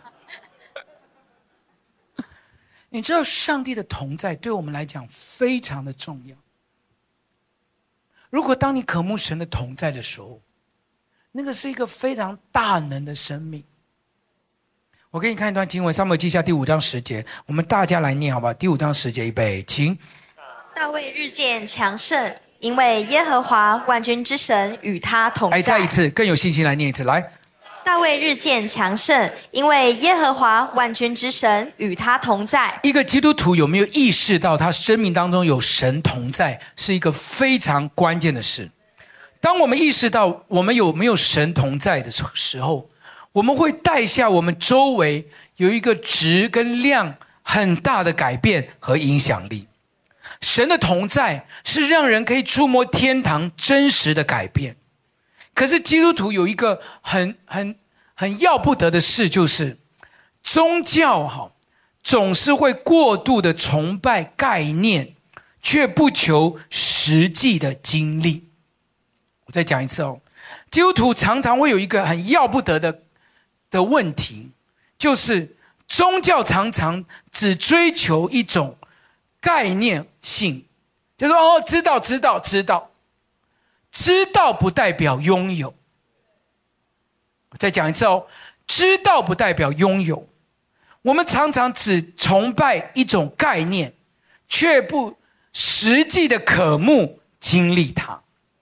你知道上帝的同在对我们来讲非常的重要。如果当你渴慕神的同在的时候，那个是一个非常大能的生命。我给你看一段经文，撒母耳记下第五章十节，我们大家来念好不好？第五章十节，预备，请。 大卫日渐强盛，因为耶和华万军之神与他同在。 来，再一次，更有信心来念一次，来。 大卫日渐强盛，因为耶和华万军之神与他同在。 一个基督徒有没有意识到他生命当中有神同在，是一个非常关键的事。当我们意识到我们有没有神同在的时候，我们会带下我们周围有一个质跟量很大的改变和影响力。神的同在是让人可以触摸天堂真实的改变。可是基督徒有一个很很很要不得的事，就是宗教哈总是会过度的崇拜概念，却不求实际的经历。我再讲一次哦，基督徒常常会有一个很要不得的的问题，就是宗教常常只追求一种概念性，就说哦，知道知道知道。知道不代表拥有。我再讲一次哦，知道不代表拥有。我们常常只崇拜一种概念，却不实际的渴慕经历它。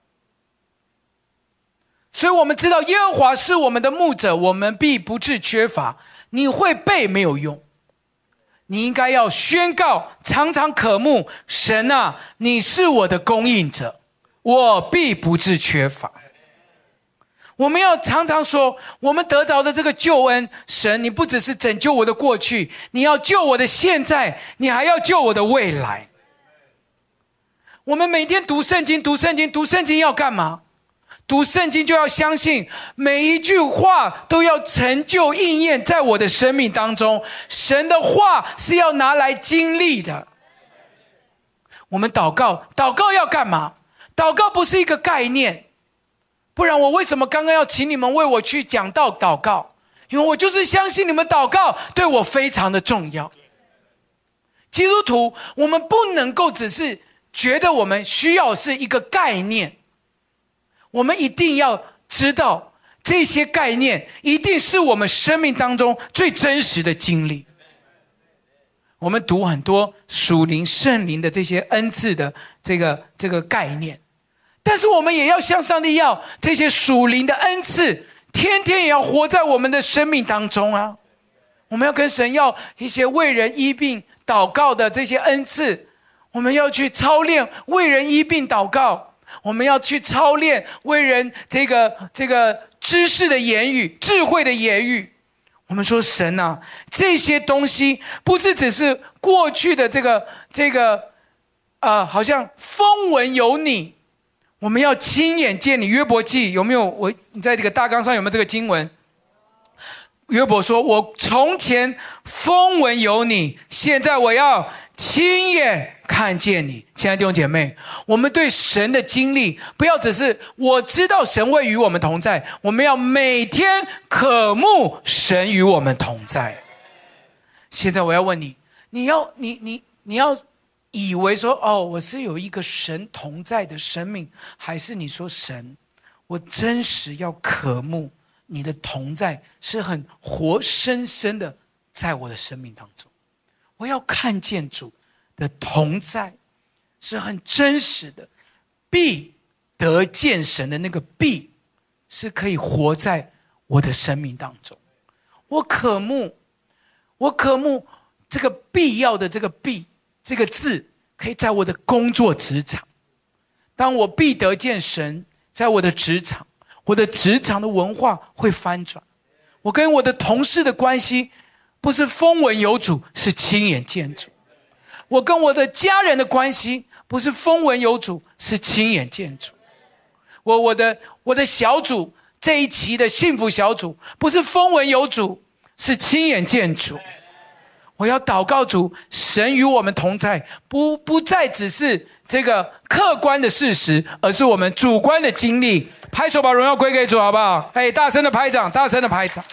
所以我们知道耶和华是我们的牧者，我们必不致缺乏。你会背没有用，你应该要宣告，常常渴慕神啊，你是我的供应者，我必不致缺乏。我们要常常说，我们得着的这个救恩，神你不只是拯救我的过去，你要救我的现在，你还要救我的未来。我们每天读圣经读圣经读圣经要干嘛？读圣经就要相信每一句话都要成就应验在我的生命当中，神的话是要拿来经历的。我们祷告祷告要干嘛？祷告不是一个概念，不然我为什么刚刚要请你们为我去讲道祷告？因为我就是相信你们祷告对我非常的重要。基督徒我们不能够只是觉得我们需要是一个概念，我们一定要知道这些概念一定是我们生命当中最真实的经历。我们读很多属灵圣灵的这些恩赐的这个这个概念，但是我们也要向上帝要这些属灵的恩赐，天天也要活在我们的生命当中啊。我们要跟神要一些为人医病祷告的这些恩赐，我们要去操练为人医病祷告，我们要去操练为人这个这个知识的言语，智慧的言语。我们说神啊，这些东西不是只是过去的这个这个呃，好像风闻有你，我们要亲眼见你。约伯记有没有？我你在这个大纲上有没有这个经文？约伯说，我从前风闻有你，现在我要亲眼看见你。亲爱的弟兄姐妹，我们对神的经历不要只是我知道神会与我们同在，我们要每天渴慕神与我们同在。现在我要问你，你要你你你要以为说哦，我是有一个神同在的生命，还是你说神，我真实要渴慕你的同在是很活生生的在我的生命当中，我要看见主的同在是很真实的，必得见神的那个必是可以活在我的生命当中。我渴慕我渴慕这个必要的这个必这个字，可以在我的工作职场，当我必得见神，在我的职场，我的职场的文化会翻转。我跟我的同事的关系不是风闻有主，是亲眼见主。我跟我的家人的关系不是风闻有主，是亲眼见主。我我的我的小组这一期的幸福小组不是风闻有主，是亲眼见主。我要祷告主，神与我们同在，不不再只是这个客观的事实，而是我们主观的经历。拍手把荣耀归给主，好不好？哎，大声的拍掌，大声的拍掌。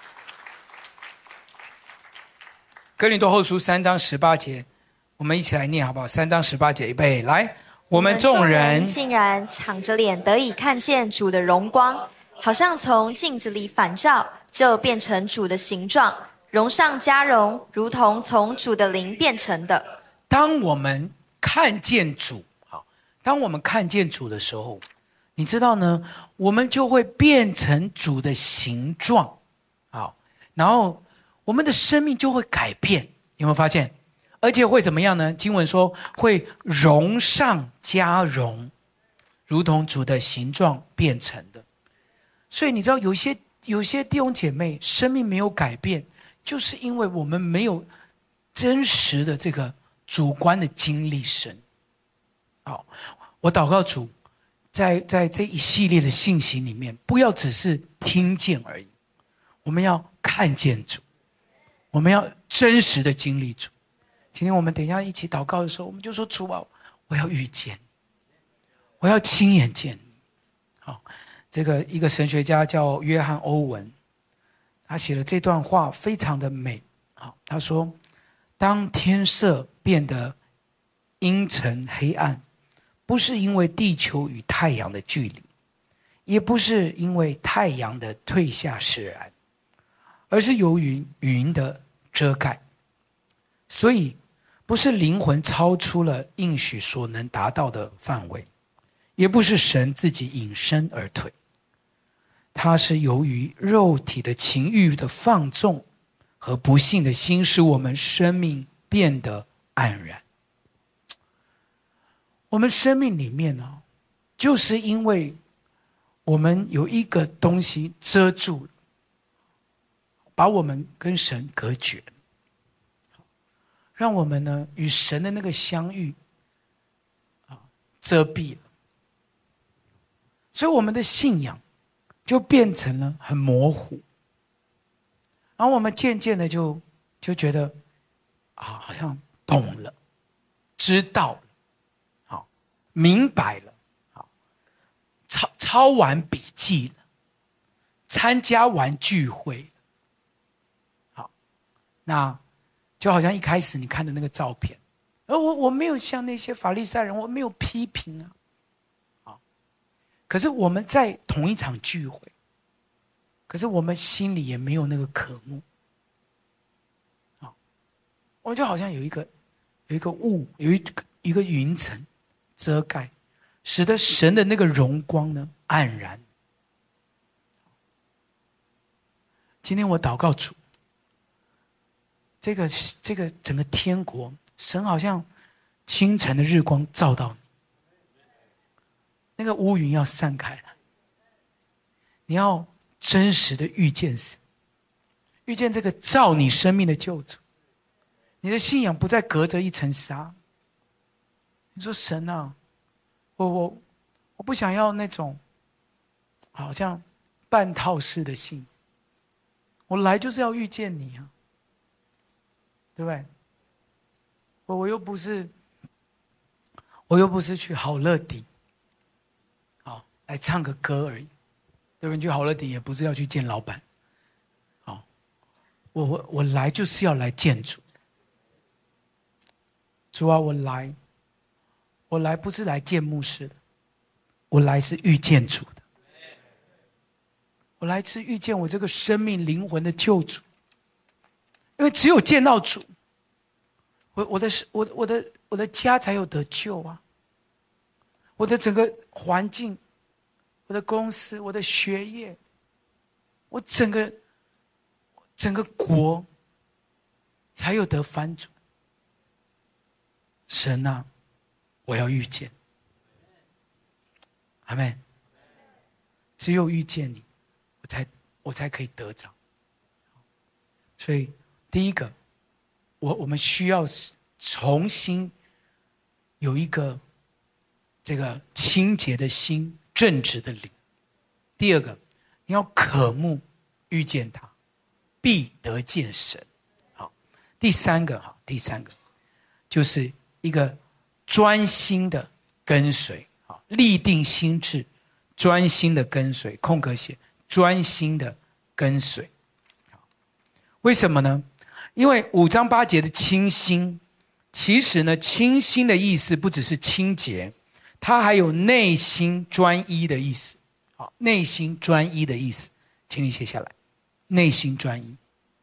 哥林多后书三章十八节，我们一起来念好不好？三章十八节，预备来。我们众人竟然敞着脸得以看见主的荣光，好像从镜子里反照，就变成主的形状，荣上加荣，如同从主的灵变成的。 当我们看见主，好，当我们看见主的时候，你知道呢，我们就会变成主的形状，好，然后我们的生命就会改变，有没有发现？而且会怎么样呢？经文说会荣上加荣，如同主的形状变成的。所以你知道有些有些弟兄姐妹生命没有改变，就是因为我们没有真实的这个主观的经历神。好，我祷告主，在在这一系列的信息里面，不要只是听见而已，我们要看见主，我们要真实的经历主。今天我们等一下一起祷告的时候，我们就说主啊，我要遇见你，我要亲眼见你。好，这个一个神学家叫约翰欧文，他写了这段话非常的美。好，他说，当天色变得阴沉黑暗，不是因为地球与太阳的距离，也不是因为太阳的退下使然，而是由于云的遮盖。所以不是灵魂超出了应许所能达到的范围，也不是神自己隐身而退，它是由于肉体的情欲的放纵和不幸的心，使我们生命变得黯然。我们生命里面呢，就是因为我们有一个东西遮住了，把我们跟神隔绝，让我们呢与神的那个相遇啊遮蔽了，所以我们的信仰就变成了很模糊，然后我们渐渐的就就觉得啊，好像懂了，知道了，好，明白了，好，抄抄完笔记了，参加完聚会了，好，那就好像一开始你看的那个照片，而我我没有像那些法利赛人，我没有批评啊，好，可是我们在同一场聚会，可是我们心里也没有那个渴慕，好，我们就好像有一个有一个雾，有一个一个云层遮盖，使得神的那个荣光呢黯然。今天我祷告主，这个这个整个天国，神好像清晨的日光照到你，那个乌云要散开来，你要真实的遇见神，遇见这个照你生命的救主，你的信仰不再隔着一层纱。你说神啊，我我我不想要那种好像半套式的信，我来就是要遇见你啊，对不对？我我又不是，我又不是去好乐迪，好来唱个歌而已，对不对？你去好乐迪也不是要去见老板，好，我我我来就是要来见主，主啊，我来，我来不是来见牧师的，我来是遇见主的，我来是遇见我这个生命灵魂的救主，因为只有见到主，我我的我我的我的家才有得救啊！我的整个环境，我的公司，我的学业，我整个整个国， 才有得翻转。神啊，我要遇见，阿们。只有遇见你，我才我才可以得着。所以第一个，我我们需要重新有一个这个清洁的心、正直的灵。第二个，你要渴慕遇见他，必得见神。好，第三个哈，第三个就是一个专心的跟随，好，立定心志，专心的跟随，空格写专心的跟随。为什么呢？因为五章八节的清心，其实呢，清心的意思不只是清洁，它还有内心专一的意思。好，内心专一的意思，请你写下来。内心专一，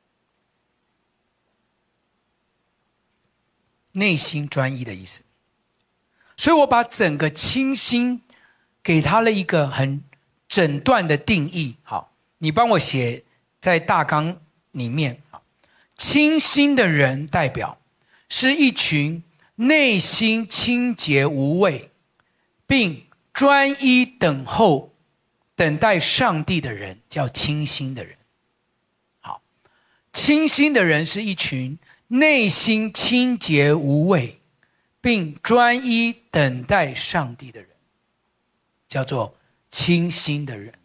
内心专一的意思。所以我把整个清心给他了一个很整段的定义。好，你帮我写在大纲里面。清心的人代表是一群内心清洁无畏，并专一等候等待上帝的人，叫清心的人。好，清心的人是一群内心清洁无畏，并专一等待上帝的人，叫做清心的人。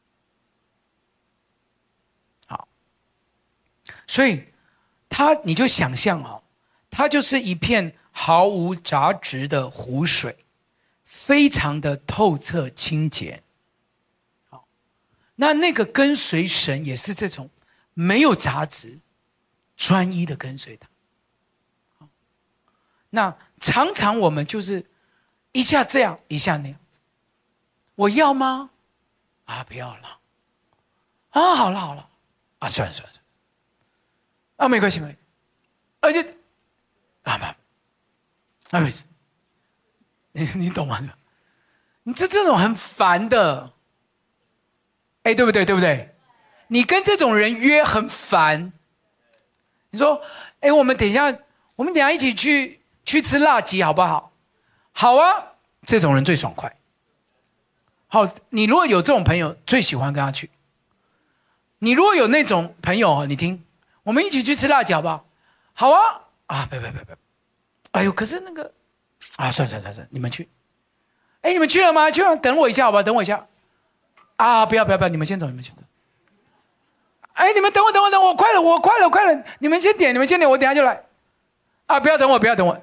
好，所以他你就想象哦，它就是一片毫无杂质的湖水，非常的透彻清洁。好，那那个跟随神也是这种没有杂质，专一的跟随他。好，那常常我们就是一下这样一下那样子，我要吗？啊，不要了。啊，好了好了，啊，算了算了。啊，没关系，没关系，而且，啊妈，啊没事，你你懂吗？你这这种很烦的，哎，对不对？对不对？你跟这种人约很烦。你说，哎，我们等一下，我们等一下一起去去吃辣鸡，好不好？好啊，这种人最爽快。好，你如果有这种朋友，最喜欢跟他去。你如果有那种朋友，你听。我们一起去吃辣椒吧，好啊！啊，别别别别，哎呦，可是那个，啊，算算算算，你们去。哎，你们去了吗？去了，等我一下好吧，等我一下。啊，不要不要不要，你们先走，你们先走。哎，你们等我等我等我，我快了我快了我快了，你们先点你们先点，我等一下就来。啊，不要等我不要等我。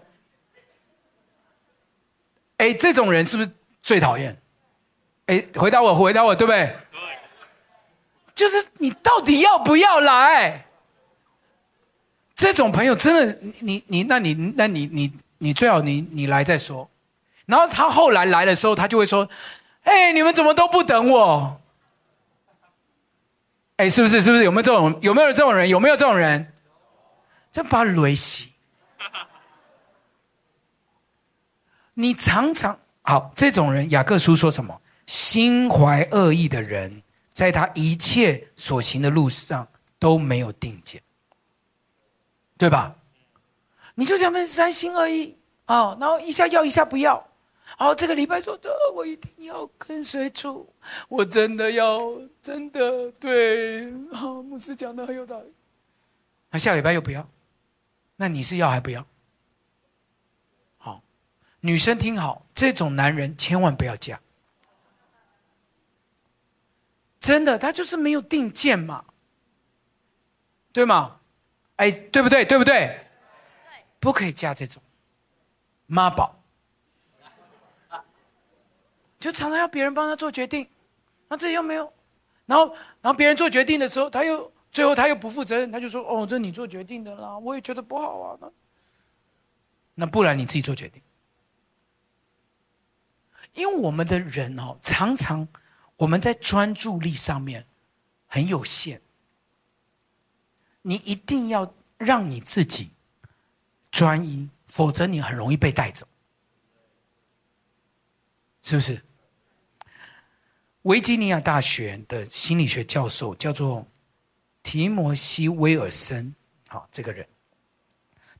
哎，这种人是不是最讨厌？哎，回答我回答我，对不对？对。就是你到底要不要来？这种朋友真的，你你那你那你你你最好你你来再说，然后他后来来的时候，他就会说：“哎，你们怎么都不等我？”哎，是不是？是不是？有没有这种？有没有这种人？有没有这种人？真把雷洗。你常常好，这种人，雅各书说什么？心怀恶意的人，在他一切所行的路上都没有定见。对吧？你就这样三心二意啊、哦，然后一下要一下不要，好，这个礼拜说的我一定要跟随主，我真的要真的对，哦、牧师讲的很有道理。那下礼拜又不要，那你是要还不要？好，女生听好，这种男人千万不要嫁，真的，他就是没有定见嘛，对吗？哎，对不对？对不对？不可以嫁这种妈宝，就常常要别人帮他做决定，他自己又没有，然后，然后别人做决定的时候，他又最后他又不负责任，他就说：“哦，这你做决定的啦，我也觉得不好啊。”那那不然你自己做决定，因为我们的人哦，常常我们在专注力上面很有限。你一定要让你自己专一，否则你很容易被带走，是不是？维吉尼亚大学的心理学教授叫做提摩西·威尔森，好，这个人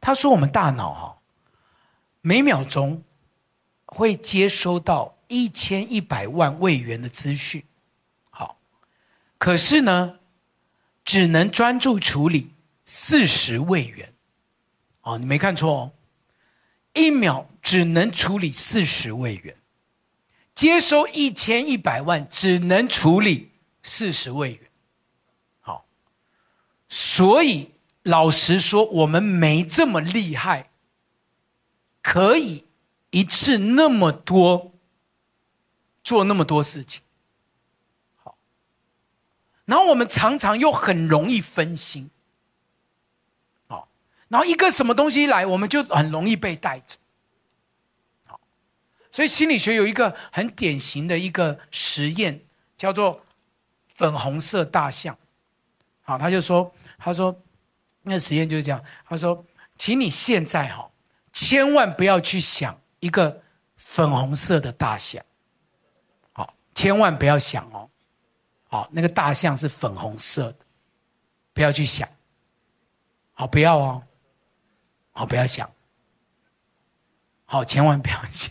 他说我们大脑哈，每秒钟会接收到一千一百万位元的资讯，好，可是呢，只能专注处理四十位元。哦，你没看错哦，一秒只能处理四十位元，接收一千一百万只能处理四十位元。好，所以老实说，我们没这么厉害，可以一次那么多做那么多事情。好，然后我们常常又很容易分心。然后一个什么东西来，我们就很容易被带着。好，所以心理学有一个很典型的一个实验，叫做粉红色大象。好，他就说，他说那个实验就是这样，他说，请你现在哈，千万不要去想一个粉红色的大象。好，千万不要想哦，好，那个大象是粉红色的，不要去想。好，不要哦。好，不要想。好，千万不要想。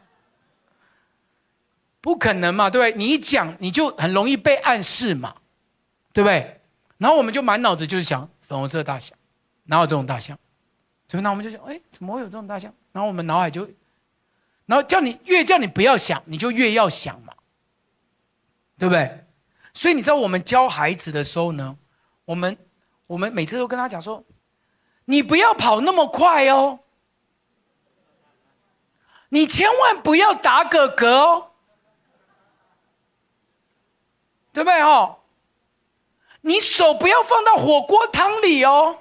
不可能嘛，对不对？你一讲，你就很容易被暗示嘛，对不对？然后我们就满脑子就是想粉红色大象，哪有这种大象？所以那我们就想，哎，怎么会有这种大象？然后我们脑海就，然后叫你越叫你不要想，你就越要想嘛，对不对？所以你知道我们教孩子的时候呢，我们我们每次都跟他讲说，你不要跑那么快哦，你千万不要打嗝嗝哦，对不对哦？你手不要放到火锅汤里哦。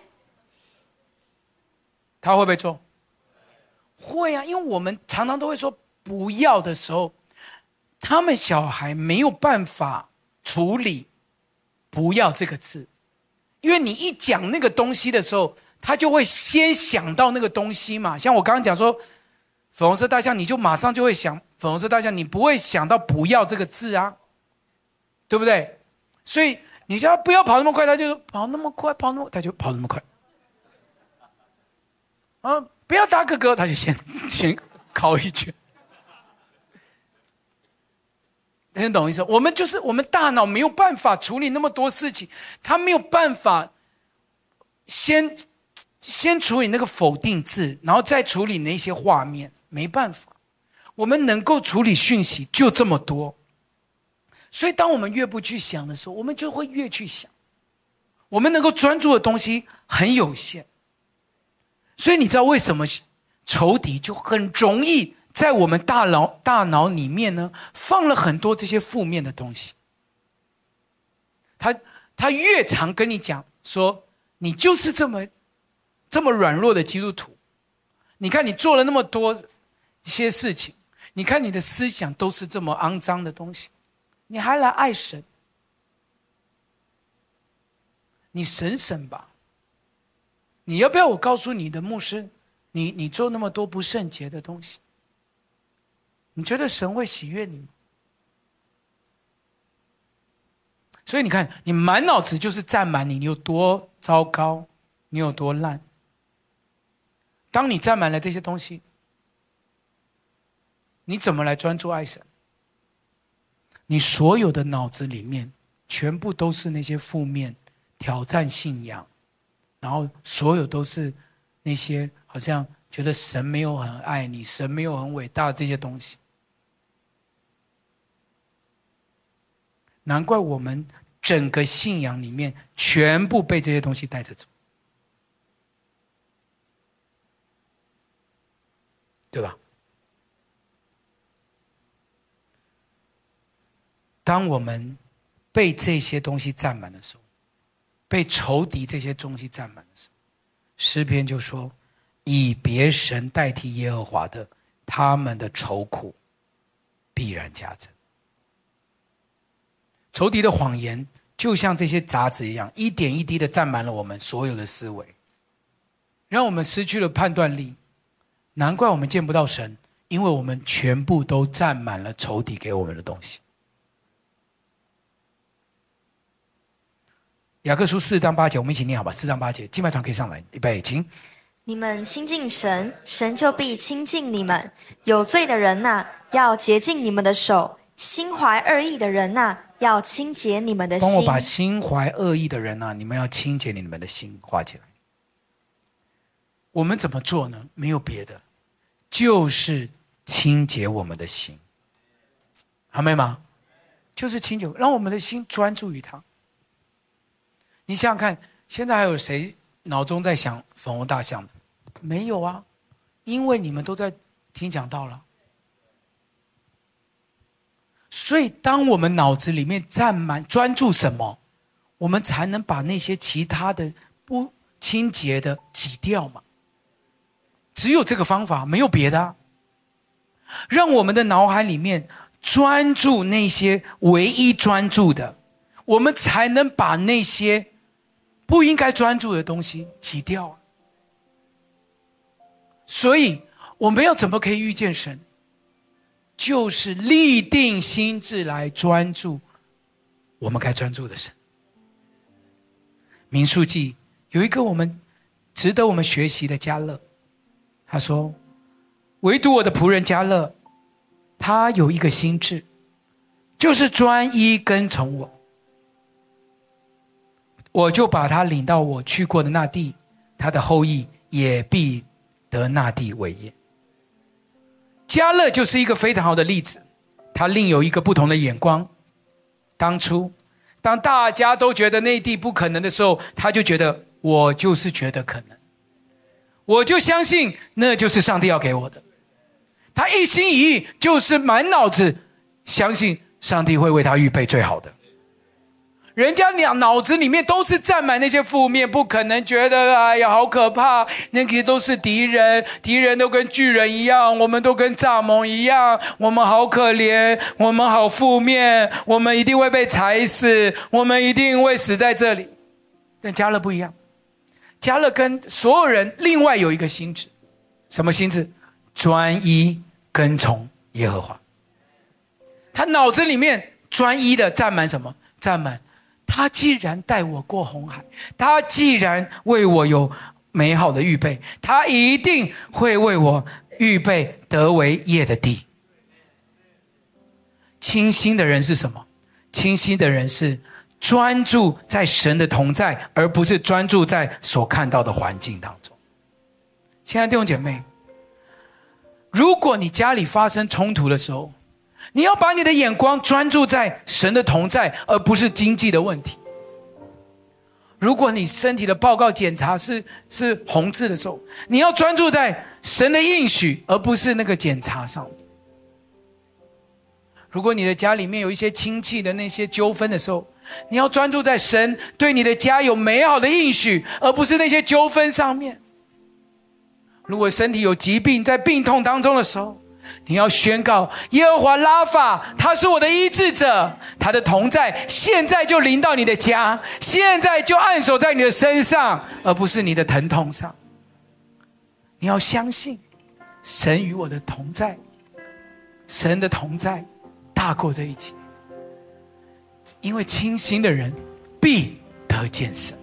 他会不会做？会啊，因为我们常常都会说不要的时候，他们小孩没有办法处理不要这个字，因为你一讲那个东西的时候，他就会先想到那个东西嘛。像我刚刚讲说粉红色大象，你就马上就会想粉红色大象，你不会想到不要这个字啊，对不对？所以你叫他不要跑那么快，他就跑那么快，跑那么他就跑那么快。啊，不要打嗝嗝，他就先先敲一拳。听懂意思？我们就是我们大脑没有办法处理那么多事情，他没有办法先先处理那个否定字，然后再处理那些画面，没办法。我们能够处理讯息就这么多，所以当我们越不去想的时候，我们就会越去想。我们能够专注的东西很有限，所以你知道为什么仇敌就很容易在我们大脑大脑里面呢，放了很多这些负面的东西。他他越常跟你讲说，你就是这么这么软弱的基督徒，你看你做了那么多一些事情，你看你的思想都是这么肮脏的东西，你还来爱神？你省省吧。你要不要我告诉你的牧师，你你做那么多不圣洁的东西，你觉得神会喜悦你吗？所以你看，你满脑子就是占满你，你有多糟糕，你有多烂。当你占满了这些东西，你怎么来专注爱神？你所有的脑子里面全部都是那些负面挑战信仰，然后所有都是那些好像觉得神没有很爱你，神没有很伟大的这些东西。难怪我们整个信仰里面全部被这些东西带着走，对吧？当我们被这些东西占满的时候，被仇敌这些东西占满的时候，诗篇就说，以别神代替耶和华的，他们的愁苦必然加增。仇敌的谎言就像这些杂质一样，一点一滴的占满了我们所有的思维，让我们失去了判断力。难怪我们见不到神，因为我们全部都占满了仇敌给我们的东西。雅各书四章八节，我们一起念好吧？四章八节，敬拜团可以上来，预备，请。 你们亲近神，神就必亲近你们。有罪的人呐、啊，要洁净你们的手；心怀恶意的人呐、啊，要清洁你们的心。 帮我把心怀恶意的人啊，你们要清洁你们的心画起来。我们怎么做呢？没有别的，就是清洁我们的心。阿们吗？就是清洁，让我们的心专注于他。你想想看，现在还有谁脑中在想粉红大象的？没有啊，因为你们都在听讲道了。所以当我们脑子里面占满专注什么，我们才能把那些其他的不清洁的挤掉嘛。只有这个方法，没有别的啊。让我们的脑海里面专注那些唯一专注的，我们才能把那些不应该专注的东西挤掉啊。所以我们要怎么可以遇见神？就是立定心志来专注我们该专注的神。民数记有一个我们值得我们学习的迦勒，他说唯独我的仆人迦勒，他有一个心志，就是专一跟从我，我就把他领到我去过的那地，他的后裔也必得那地为业。迦勒就是一个非常好的例子，他另有一个不同的眼光。当初当大家都觉得那地不可能的时候，他就觉得我就是觉得可能，我就相信那就是上帝要给我的。他一心一意就是满脑子相信上帝会为他预备最好的。人家脑子里面都是占满那些负面，不可能，觉得哎呀好可怕，那些都是敌人，敌人都跟巨人一样，我们都跟蚱蜢一样，我们好可怜，我们好负面，我们一定会被踩死，我们一定会死在这里。但迦勒不一样，迦勒跟所有人另外有一个心志，什么心志？专一跟从耶和华。他脑子里面专一的占满什么？占满他既然带我过红海，他既然为我有美好的预备，他一定会为我预备得为业的地。清心的人是什么？清心的人是专注在神的同在，而不是专注在所看到的环境当中。亲爱的弟兄姐妹，如果你家里发生冲突的时候，你要把你的眼光专注在神的同在，而不是经济的问题。如果你身体的报告检查是是红字的时候，你要专注在神的应许，而不是那个检查上面。如果你的家里面有一些亲戚的那些纠纷的时候，你要专注在神对你的家有美好的应许，而不是那些纠纷上面。如果身体有疾病，在病痛当中的时候，你要宣告耶和华拉法，他是我的医治者，他的同在现在就临到你的家，现在就按手在你的身上，而不是你的疼痛上。你要相信神与我的同在，神的同在大过这一切，因为清心的人必得见神。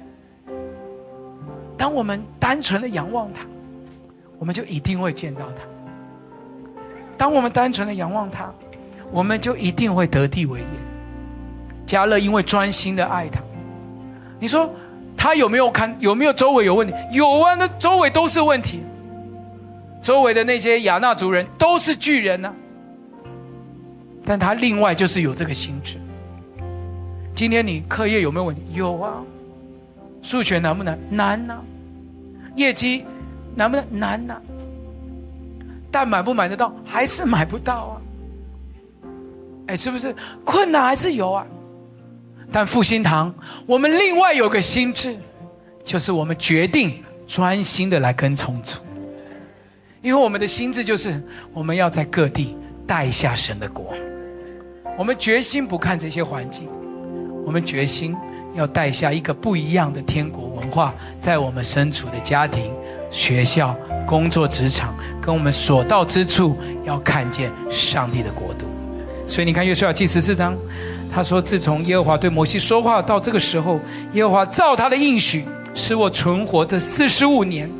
当我们单纯的仰望他，我们就一定会见到他。当我们单纯的仰望他，我们就一定会得地为业。迦勒因为专心的爱他，你说他有没有看有没有周围有问题？有啊，那周围都是问题，周围的那些亚衲族人都是巨人啊，但他另外就是有这个心志。今天你课业有没有问题？有啊。数学难不难？难啊。业绩难不难？难啊。但买不买得到？还是买不到啊。哎，是不是困难还是有啊？但复兴堂我们另外有个心志，就是我们决定专心的来跟从主。因为我们的心志就是我们要在各地带下神的国，我们决心不看这些环境，我们决心要带下一个不一样的天国文化，在我们身处的家庭、学校、工作、职场，跟我们所到之处，要看见上帝的国度。所以你看约书亚记十四章，他说自从耶和华对摩西说话到这个时候，耶和华照他的应许使我存活这四十五年，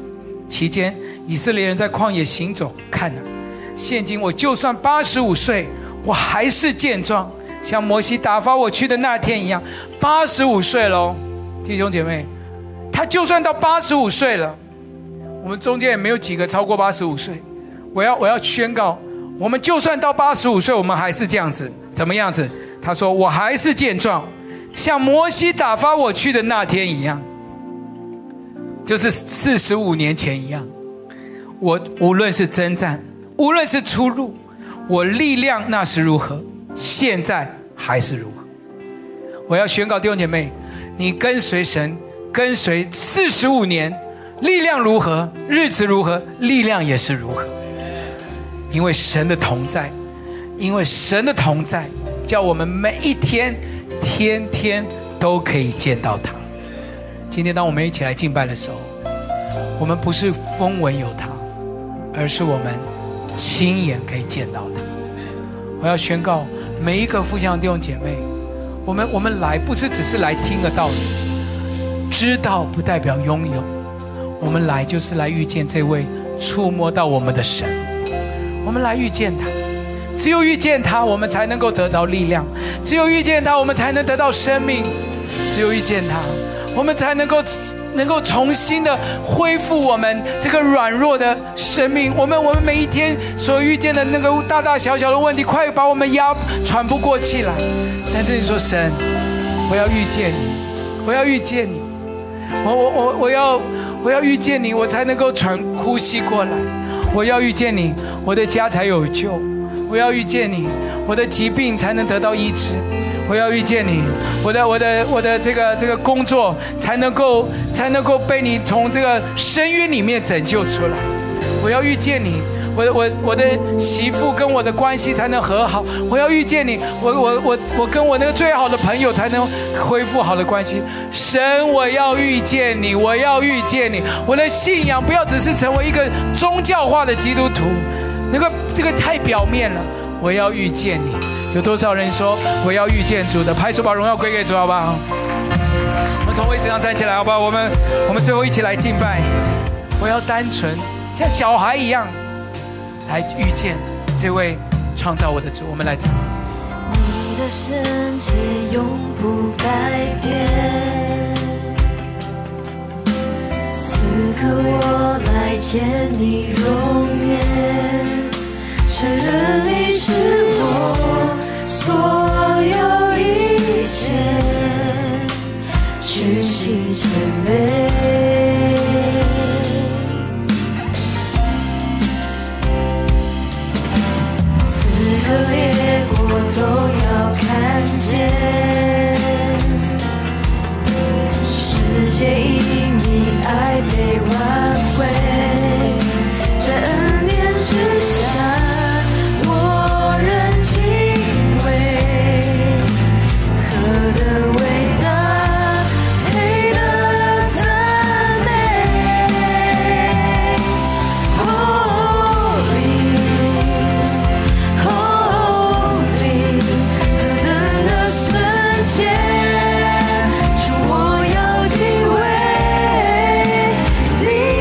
期间，以色列人在旷野行走，看啊，现今我就算八十五岁，我还是健壮，像摩西打发我去的那天一样。八十五岁了，弟兄姐妹，他就算到八十五岁了，我们中间也没有几个超过八十五岁。我要我要宣告，我们就算到八十五岁，我们还是这样子，怎么样子？他说我还是健壮，像摩西打发我去的那天一样，就是四十五年前一样。我无论是征战，无论是出入，我力量那时如何，现在还是如何。我要宣告弟兄姐妹，你跟随神跟随四十五年，力量如何，日子如何，力量也是如何。因为神的同在，因为神的同在，叫我们每一天天天都可以见到他。今天当我们一起来敬拜的时候，我们不是风闻有他，而是我们亲眼可以见到他。我要宣告每一个父乡弟兄姐妹，我们我们来不是只是来听个道理，知道不代表拥有，我们来就是来遇见这位触摸到我们的神，我们来遇见他。只有遇见他，我们才能够得着力量；只有遇见他，我们才能得到生命；只有遇见他，我们才能够能够重新的恢复我们这个软弱的生命。我们我们每一天所遇见的那个大大小小的问题，快把我们压喘不过气来。但是你说神，我要遇见你，我要遇见你，我我我我要我要遇见你，我才能够喘呼吸过来。我要遇见你，我的家才有救；我要遇见你，我的疾病才能得到医治；我要遇见你，我的我的我的这个这个工作才能够才能够被你从这个深渊里面拯救出来；我要遇见你，我的我我的媳妇跟我的关系才能和好；我要遇见你，我我我我跟我那个最好的朋友才能恢复好的关系。神，我要遇见你，我要遇见你。我的信仰不要只是成为一个宗教化的基督徒，那个这个太表面了。我要遇见你。有多少人说我要遇见主的？拍手把荣耀归给主，好不好？我们从位置上站起来，好不好？我们我们最后一起来敬拜。我要单纯像小孩一样来遇见这位创造我的主。我们来唱。 你的圣洁永不改变，此刻我来见你容颜，承认你是我所有一切，屈膝谦卑。列国都要看见，世界因你爱被挽回，在恩典之下，我仍敬畏，何等伟大，配得赞美。主，我要敬畏你。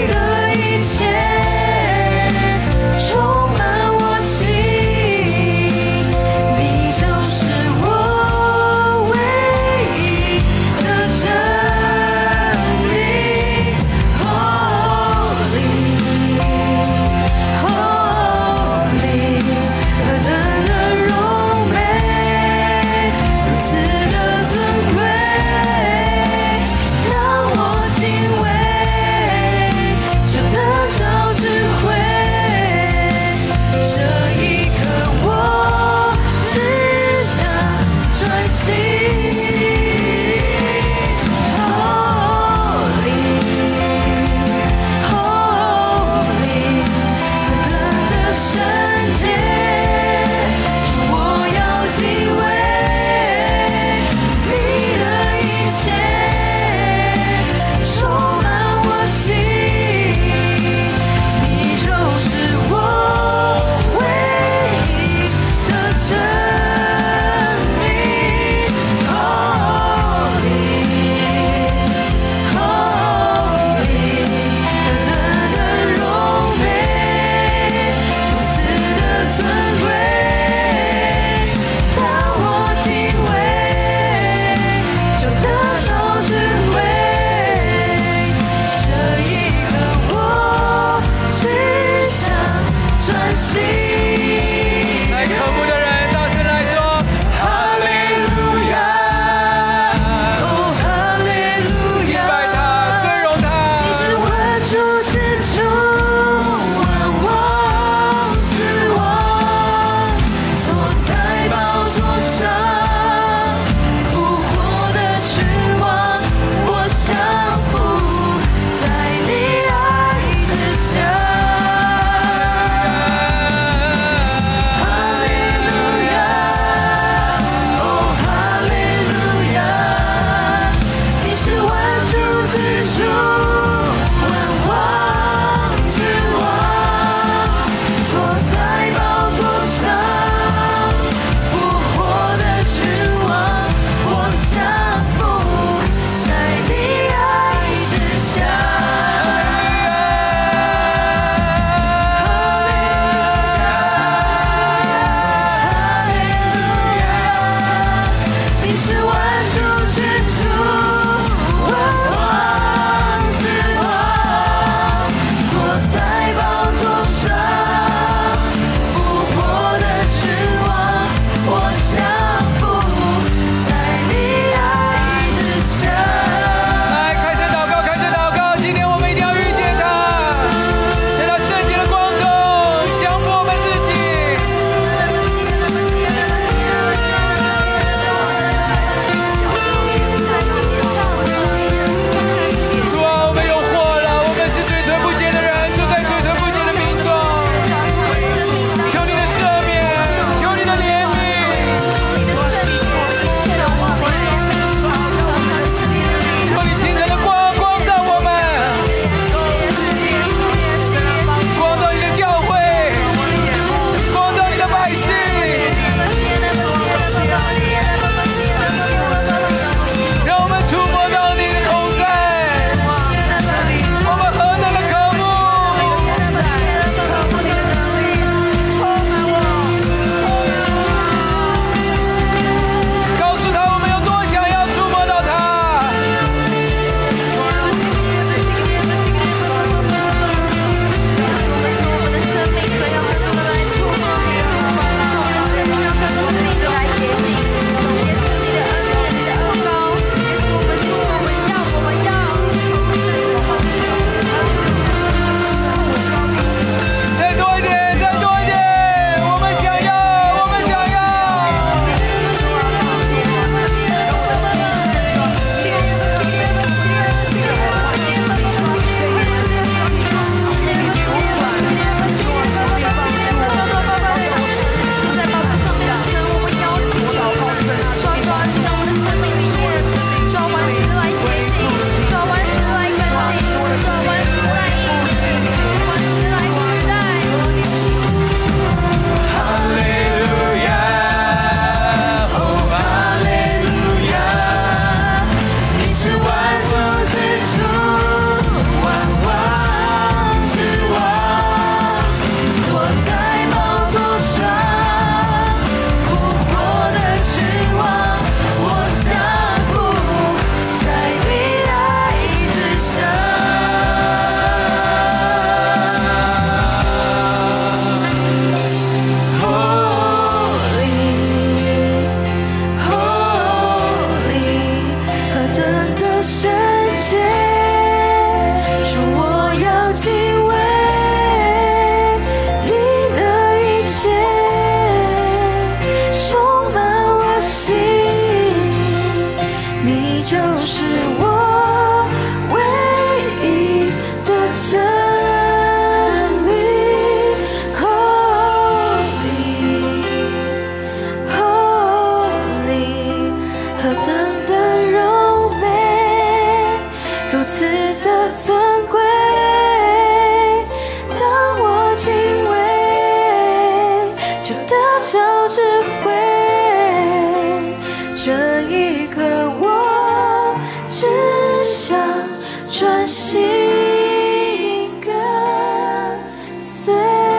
想专心跟随。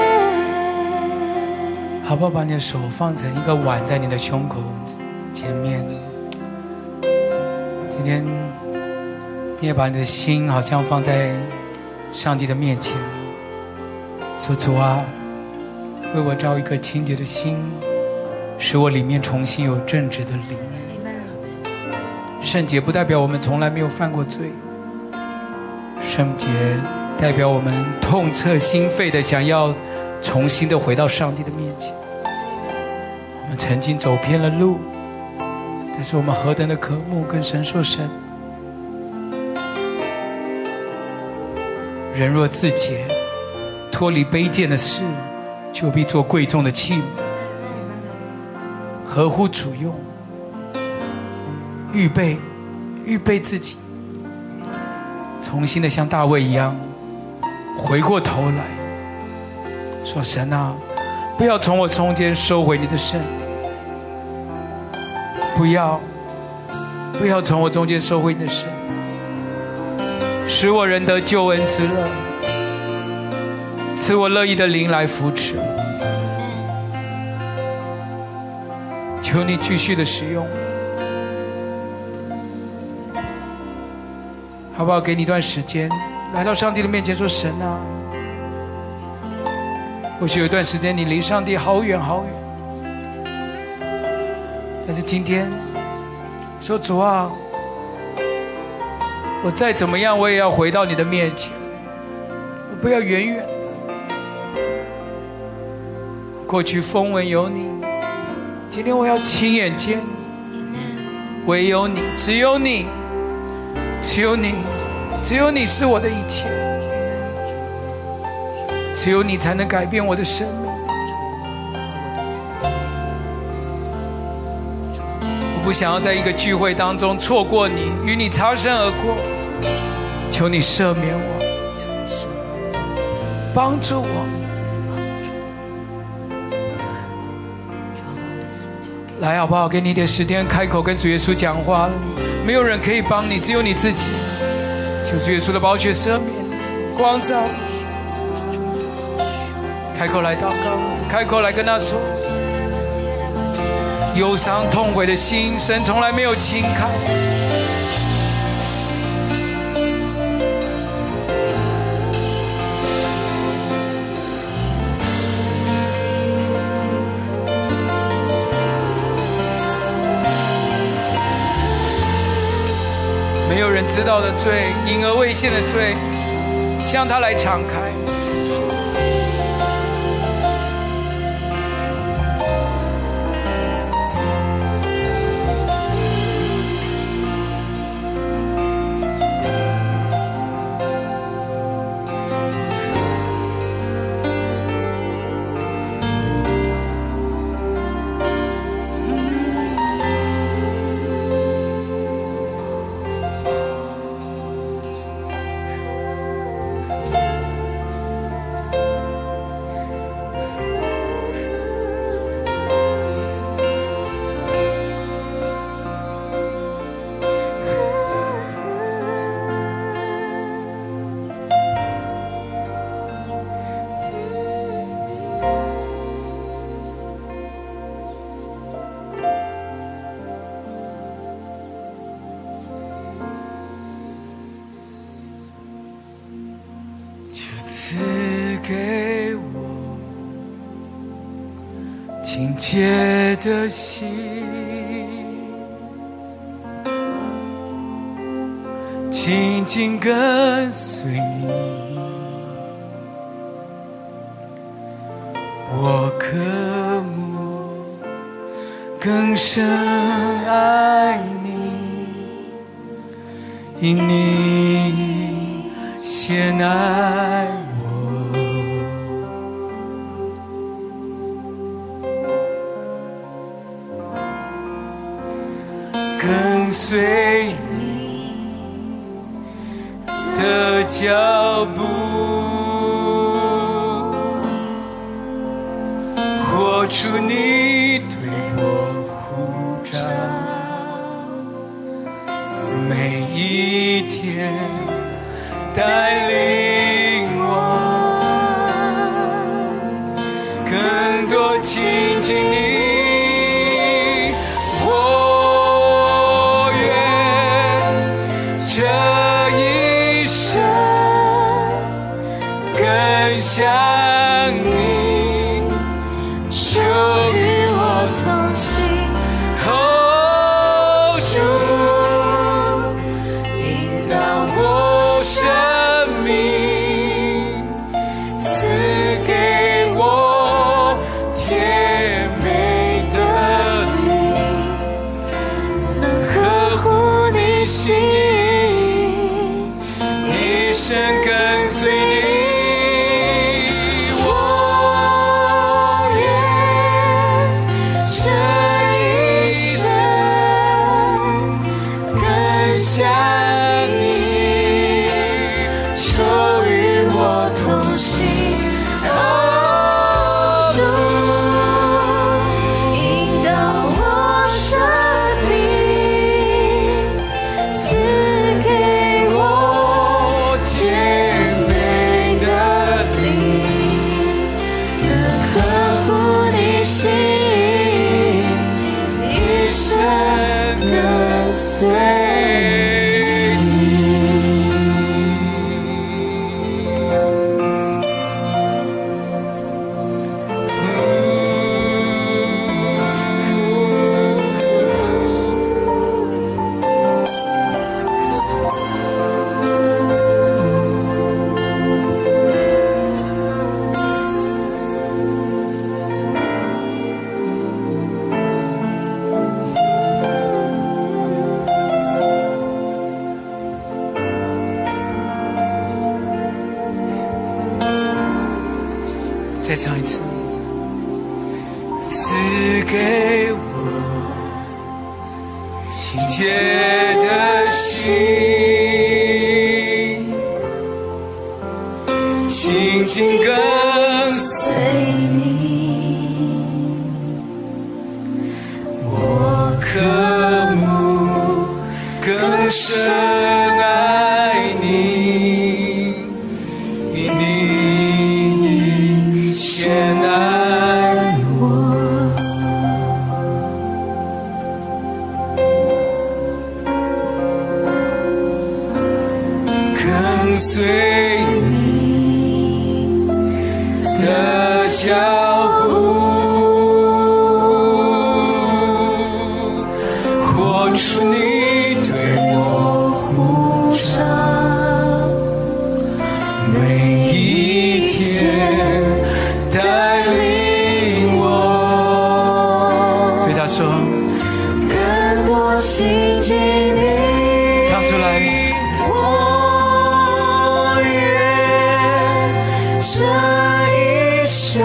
好不好？把你的手放成一个碗在你的胸口前面。今天你也把你的心好像放在上帝的面前，说主啊，为我造一颗清洁的心，使我里面重新有正直的灵。圣洁不代表我们从来没有犯过罪，圣洁代表我们痛彻心扉的想要重新的回到上帝的面前。我们曾经走偏了路，但是我们何等的渴慕跟神说，神，人若自洁，脱离卑贱的事，就必做贵重的器皿，合乎主用。预备预备自己，重新的像大卫一样回过头来说，神啊，不要从我中间收回你的圣灵，不要不要从我中间收回你的圣灵，使我仍得救恩之乐，赐我乐意的灵来扶持我。求你继续的使用，好不好？给你一段时间，来到上帝的面前说，神啊，或许有一段时间你离上帝好远好远，但是今天说，主啊，我再怎么样我也要回到你的面前，我不要远远的。过去风闻有你，今天我要亲眼见你，唯有你，只有你，只有你，只有你是我的一切，只有你才能改变我的生命。我不想要在一个聚会当中错过你，与你擦身而过，求你赦免我，帮助我。来好不好？给你一点时间，开口跟主耶稣讲话。没有人可以帮你，只有你自己。求主耶稣的宝血赦免你，光照你。开口来祷告，开口来跟他说，忧伤痛悔的心，神从来没有轻看。没有人知道的罪，隐而未现的罪，向他来敞开。给我清洁的心，紧紧跟随你，我渴慕更深爱你，因你先爱我。跟随你的脚步，活出你对我呼召，每一一天带领我更多亲近你，我愿这一生更像你，就与我同行。哦，主引导我生命，赐给我甜美的灵，能呵护你心意，一生跟随你。再唱一次，赐给我亲切的心，紧紧跟随你，我渴慕更深爱你，因你先爱我，跟随你的脚步，活出你对我呼召，每一天带领我，对他说，更多亲近你，唱出来。我愿这一生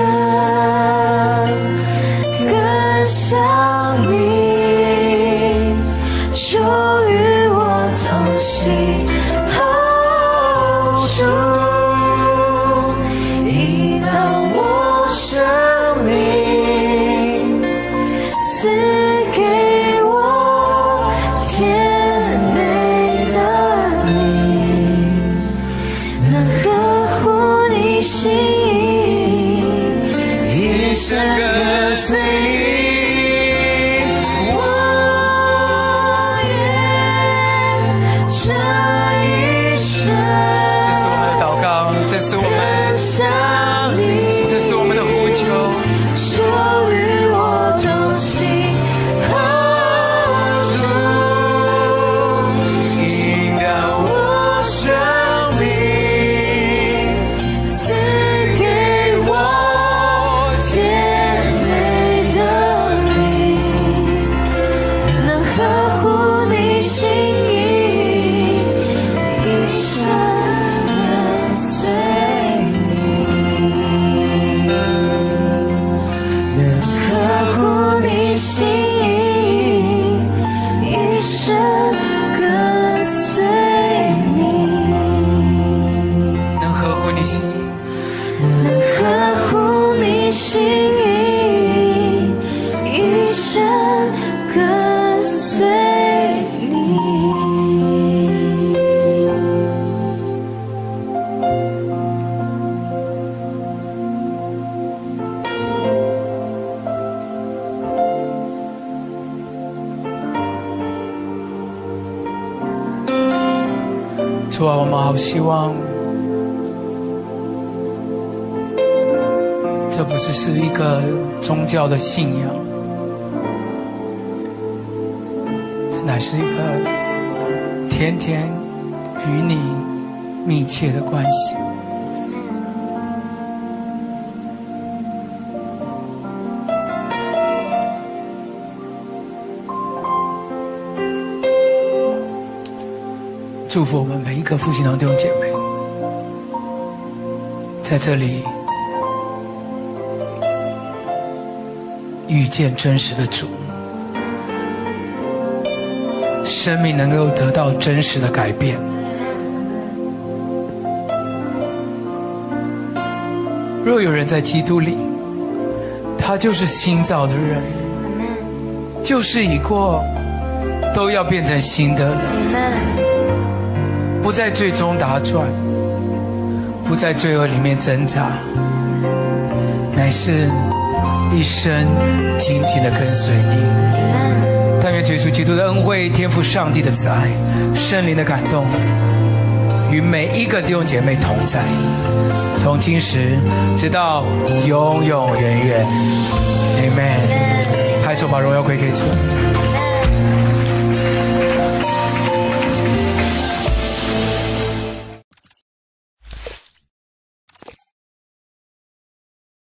更像你，就与我同行。哦，主引导我生命，赐给我甜美的灵，能呵护你心意，一生跟随你。我愿这一生，这是我们的祷告，这是我们，这是我们的呼求，就与我同行。主引导我生命，赐给我甜美的灵，能呵护你心意，一生跟随你，能呵护你心意，一生跟随你，能呵护你心意，能呵护你心意，一生跟随你。 主啊，我们好希望这不只是一个宗教的信仰，这乃是一个天天与你密切的关系。祝福我们每一个复兴堂弟兄姐妹，在这里遇见真实的主，生命能够得到真实的改变。若有人在基督里，他就是新造的人，旧事已过，都要变成新的了。不在罪中打转，不在罪恶里面挣扎，乃是一生紧紧地跟随你。但愿耶稣基督的恩惠、天父上帝的慈爱、圣灵的感动，与每一个弟兄姐妹同在，从今时直到永永远远。Amen。拍手把荣耀归给主。